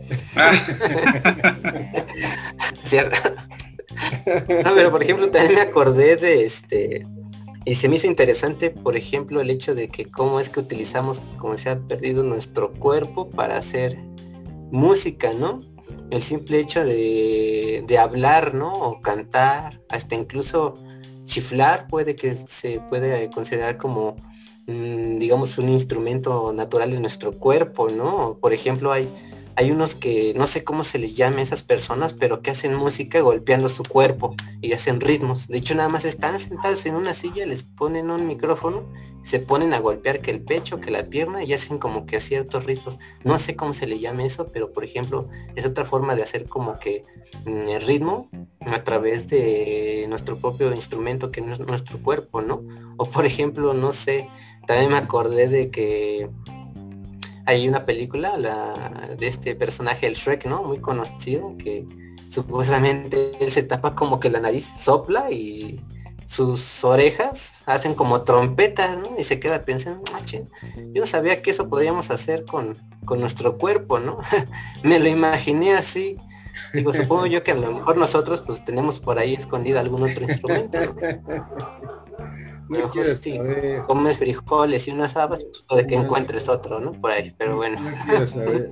¿Cierto? No, pero por ejemplo, también me acordé de este, y se me hizo interesante, por ejemplo, el hecho de que cómo es que utilizamos, como se ha perdido, nuestro cuerpo para hacer música, ¿no? El simple hecho de, de hablar, ¿no? O cantar, hasta incluso chiflar puede que se puede considerar como, mmm, digamos, un instrumento natural de nuestro cuerpo, ¿no? Por ejemplo, hay, hay unos que no sé cómo se les llame a esas personas, pero que hacen música golpeando su cuerpo y hacen ritmos. De hecho, nada más están sentados en una silla, les ponen un micrófono, se ponen a golpear que el pecho, que la pierna y hacen como que ciertos ritmos. No sé cómo se le llame eso, pero por ejemplo, es otra forma de hacer como que mm, el ritmo a través de nuestro propio instrumento que no es nuestro cuerpo, ¿no? O por ejemplo, no sé, también me acordé de que hay una película la, de este personaje, el Shrek, ¿no? Muy conocido, que supuestamente él se tapa como que la nariz, sopla y sus orejas hacen como trompetas, ¿no? Y se queda pensando, ah, che, yo no sabía que eso podíamos hacer con, con nuestro cuerpo, ¿no? Me lo imaginé así. Digo, supongo yo que a lo mejor nosotros pues tenemos por ahí escondido algún otro instrumento, ¿no? A lo mejor si comes frijoles y unas habas, pues puede que no encuentres otro, ¿no? Por ahí, pero bueno. No quiero saber.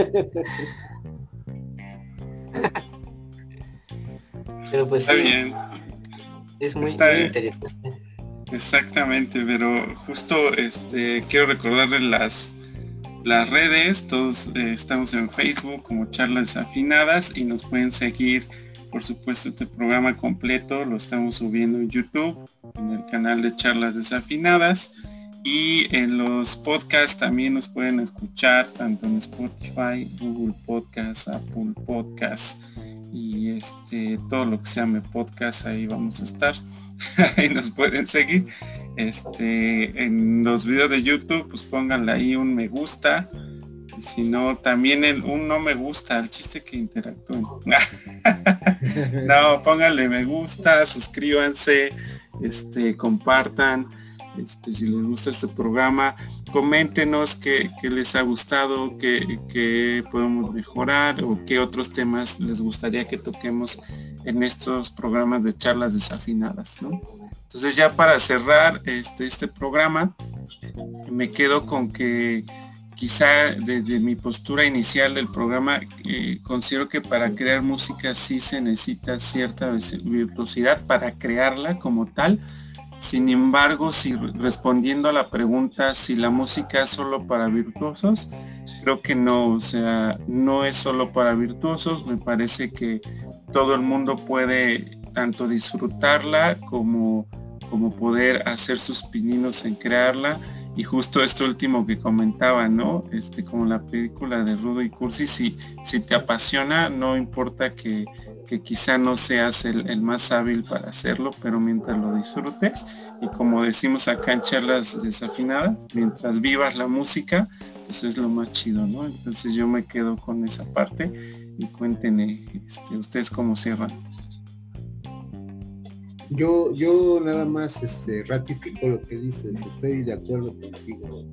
Pero pues Está sí, bien. es muy, Está muy bien. interesante. Exactamente, pero justo este quiero recordarles las las redes. Todos eh, estamos en Facebook como Charlas Desafinadas y nos pueden seguir, por supuesto. Este programa completo lo estamos subiendo en YouTube, en el canal de Charlas Desafinadas, y en los podcasts también nos pueden escuchar tanto en Spotify, Google Podcasts, Apple Podcasts y este todo lo que se llame podcast. Ahí vamos a estar. Ahí nos pueden seguir. Este, en los videos de YouTube, pues pónganle ahí un me gusta. Y si no, también el, un no me gusta, el chiste que interactúen. No, pónganle me gusta, suscríbanse, este, compartan. Este, si les gusta este programa, coméntenos qué, qué les ha gustado, qué, qué podemos mejorar o qué otros temas les gustaría que toquemos en estos programas de Charlas Desafinadas, ¿no? Entonces, ya para cerrar este, este programa, me quedo con que quizá desde mi postura inicial del programa, eh, considero que para crear música sí se necesita cierta virtuosidad para crearla como tal. Sin embargo, si respondiendo a la pregunta si la música es solo para virtuosos, creo que no, o sea, no es solo para virtuosos. Me parece que todo el mundo puede tanto disfrutarla como, como poder hacer sus pininos en crearla. Y justo esto último que comentaba, ¿no? Este, como la película de Rudy Cursi, si, si te apasiona, no importa que, que quizá no seas el, el más hábil para hacerlo, pero mientras lo disfrutes, y como decimos acá en Charlas Desafinadas, mientras vivas la música, eso es lo más chido, ¿no? Entonces yo me quedo con esa parte y cuéntenme este, ustedes cómo cierran. Yo, yo nada más este, ratifico lo que dices, estoy de acuerdo contigo.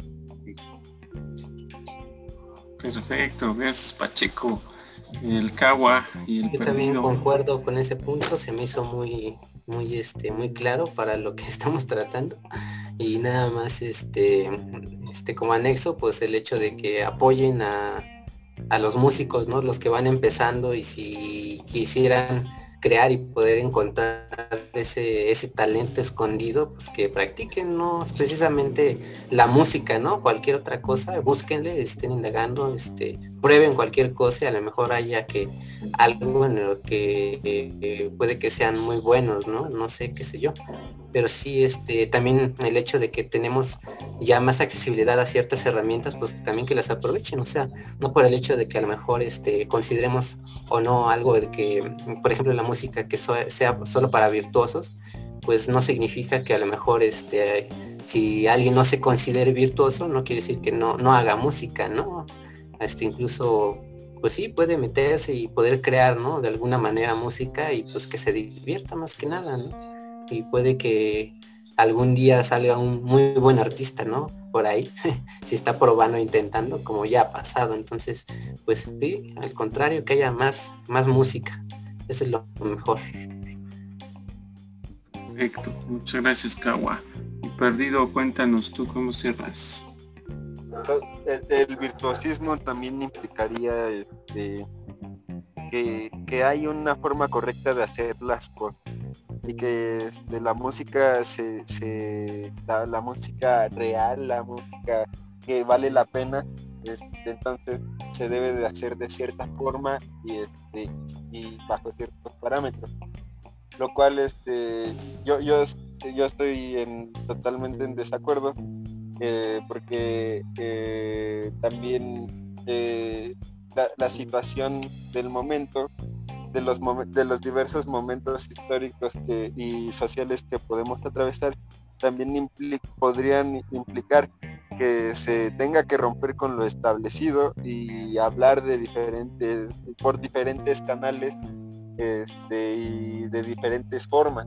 Perfecto, gracias Pacheco, el Cagua y el Yo también perdido. concuerdo con ese punto, se me hizo muy, muy, este, muy claro para lo que estamos tratando. Y nada más, este, este, como anexo, pues el hecho de que apoyen a, a los músicos, ¿no? Los que van empezando, y si quisieran crear y poder encontrar ese, ese talento escondido, pues que practiquen, no precisamente la música, ¿no? Cualquier otra cosa, búsquenle, estén indagando, este, prueben cualquier cosa, y a lo mejor haya que algo en lo que eh, puede que sean muy buenos, ¿no? No sé, qué sé yo. Pero sí, este, también el hecho de que tenemos ya más accesibilidad a ciertas herramientas, pues también que las aprovechen, o sea, no por el hecho de que a lo mejor este, consideremos o no algo de que, por ejemplo, la música que so sea solo para virtuosos, pues no significa que a lo mejor este, si alguien no se considere virtuoso, no quiere decir que no, no haga música, ¿no? Este, incluso, pues sí, puede meterse y poder crear, ¿no? De alguna manera música, y pues que se divierta más que nada, ¿no? Y puede que algún día salga un muy buen artista, ¿no? Por ahí, si está probando e intentando, como ya ha pasado. Entonces, pues sí, al contrario, que haya más, más música. Eso es lo mejor. Perfecto, muchas gracias Cagua. Y perdido, cuéntanos tú cómo cierras. El, el virtuosismo también implicaría este, que, que hay una forma correcta de hacer las cosas, y que este, la música se, se la, la música real, la música que vale la pena, este, entonces se debe de hacer de cierta forma y, este, y bajo ciertos parámetros, lo cual este, yo, yo, yo estoy en, totalmente en desacuerdo, eh, porque eh, también eh, la, la situación del momento, de los, de los diversos momentos históricos que, y sociales que podemos atravesar, también implica, podrían implicar que se tenga que romper con lo establecido y hablar de diferentes, por diferentes canales este, y de diferentes formas,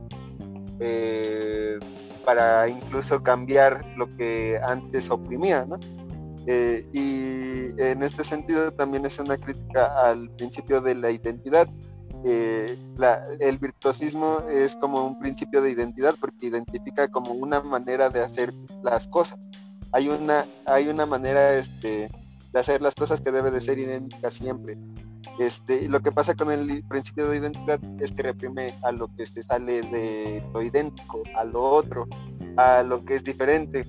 eh, para incluso cambiar lo que antes oprimía, ¿no? Eh, y en este sentido también es una crítica al principio de la identidad. Eh, la, el virtuosismo es como un principio de identidad porque identifica como una manera de hacer las cosas. Hay una, hay una manera este, de hacer las cosas que debe de ser idéntica siempre. Este, lo que pasa con el principio de identidad es que reprime a lo que se sale de lo idéntico, a lo otro, a lo que es diferente.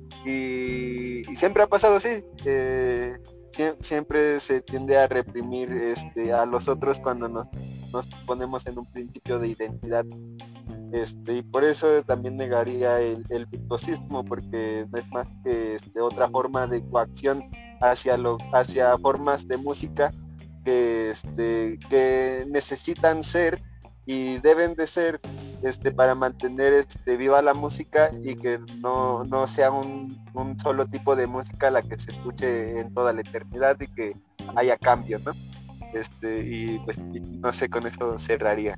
Y, y siempre ha pasado así. Eh, sie- siempre se tiende a reprimir este, a los otros cuando nos, nos ponemos en un principio de identidad. Este, y por eso también negaría el, el virtuosismo, porque no es más que este, otra forma de coacción hacia, lo, hacia formas de música que, este, que necesitan ser y deben de ser este, para mantener este, viva la música y que no, no sea un, un solo tipo de música la que se escuche en toda la eternidad y que haya cambios, ¿no? Este, y pues no sé, con eso cerraría.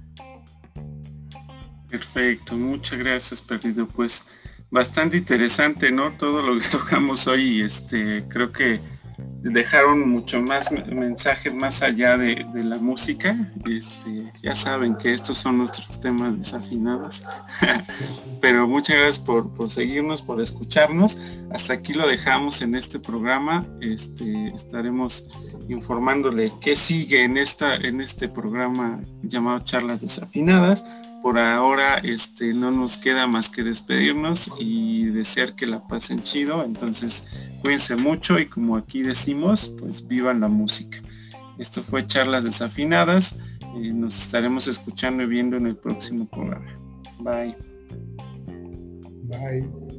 Perfecto, muchas gracias Perdido. Pues bastante interesante, ¿no? Todo lo que tocamos hoy, este, creo que dejaron mucho más mensajes más allá de, de la música. Este, ya saben que estos son nuestros temas desafinados. Pero muchas gracias por, por seguirnos, por escucharnos. Hasta aquí lo dejamos en este programa. Este, estaremos informándole qué sigue en esta, en este programa llamado Charlas Desafinadas. Por ahora este, no nos queda más que despedirnos y desear que la pasen chido. Entonces cuídense mucho y como aquí decimos, pues vivan la música. Esto fue Charlas Desafinadas. Eh, nos estaremos escuchando y viendo en el próximo programa. Bye. Bye.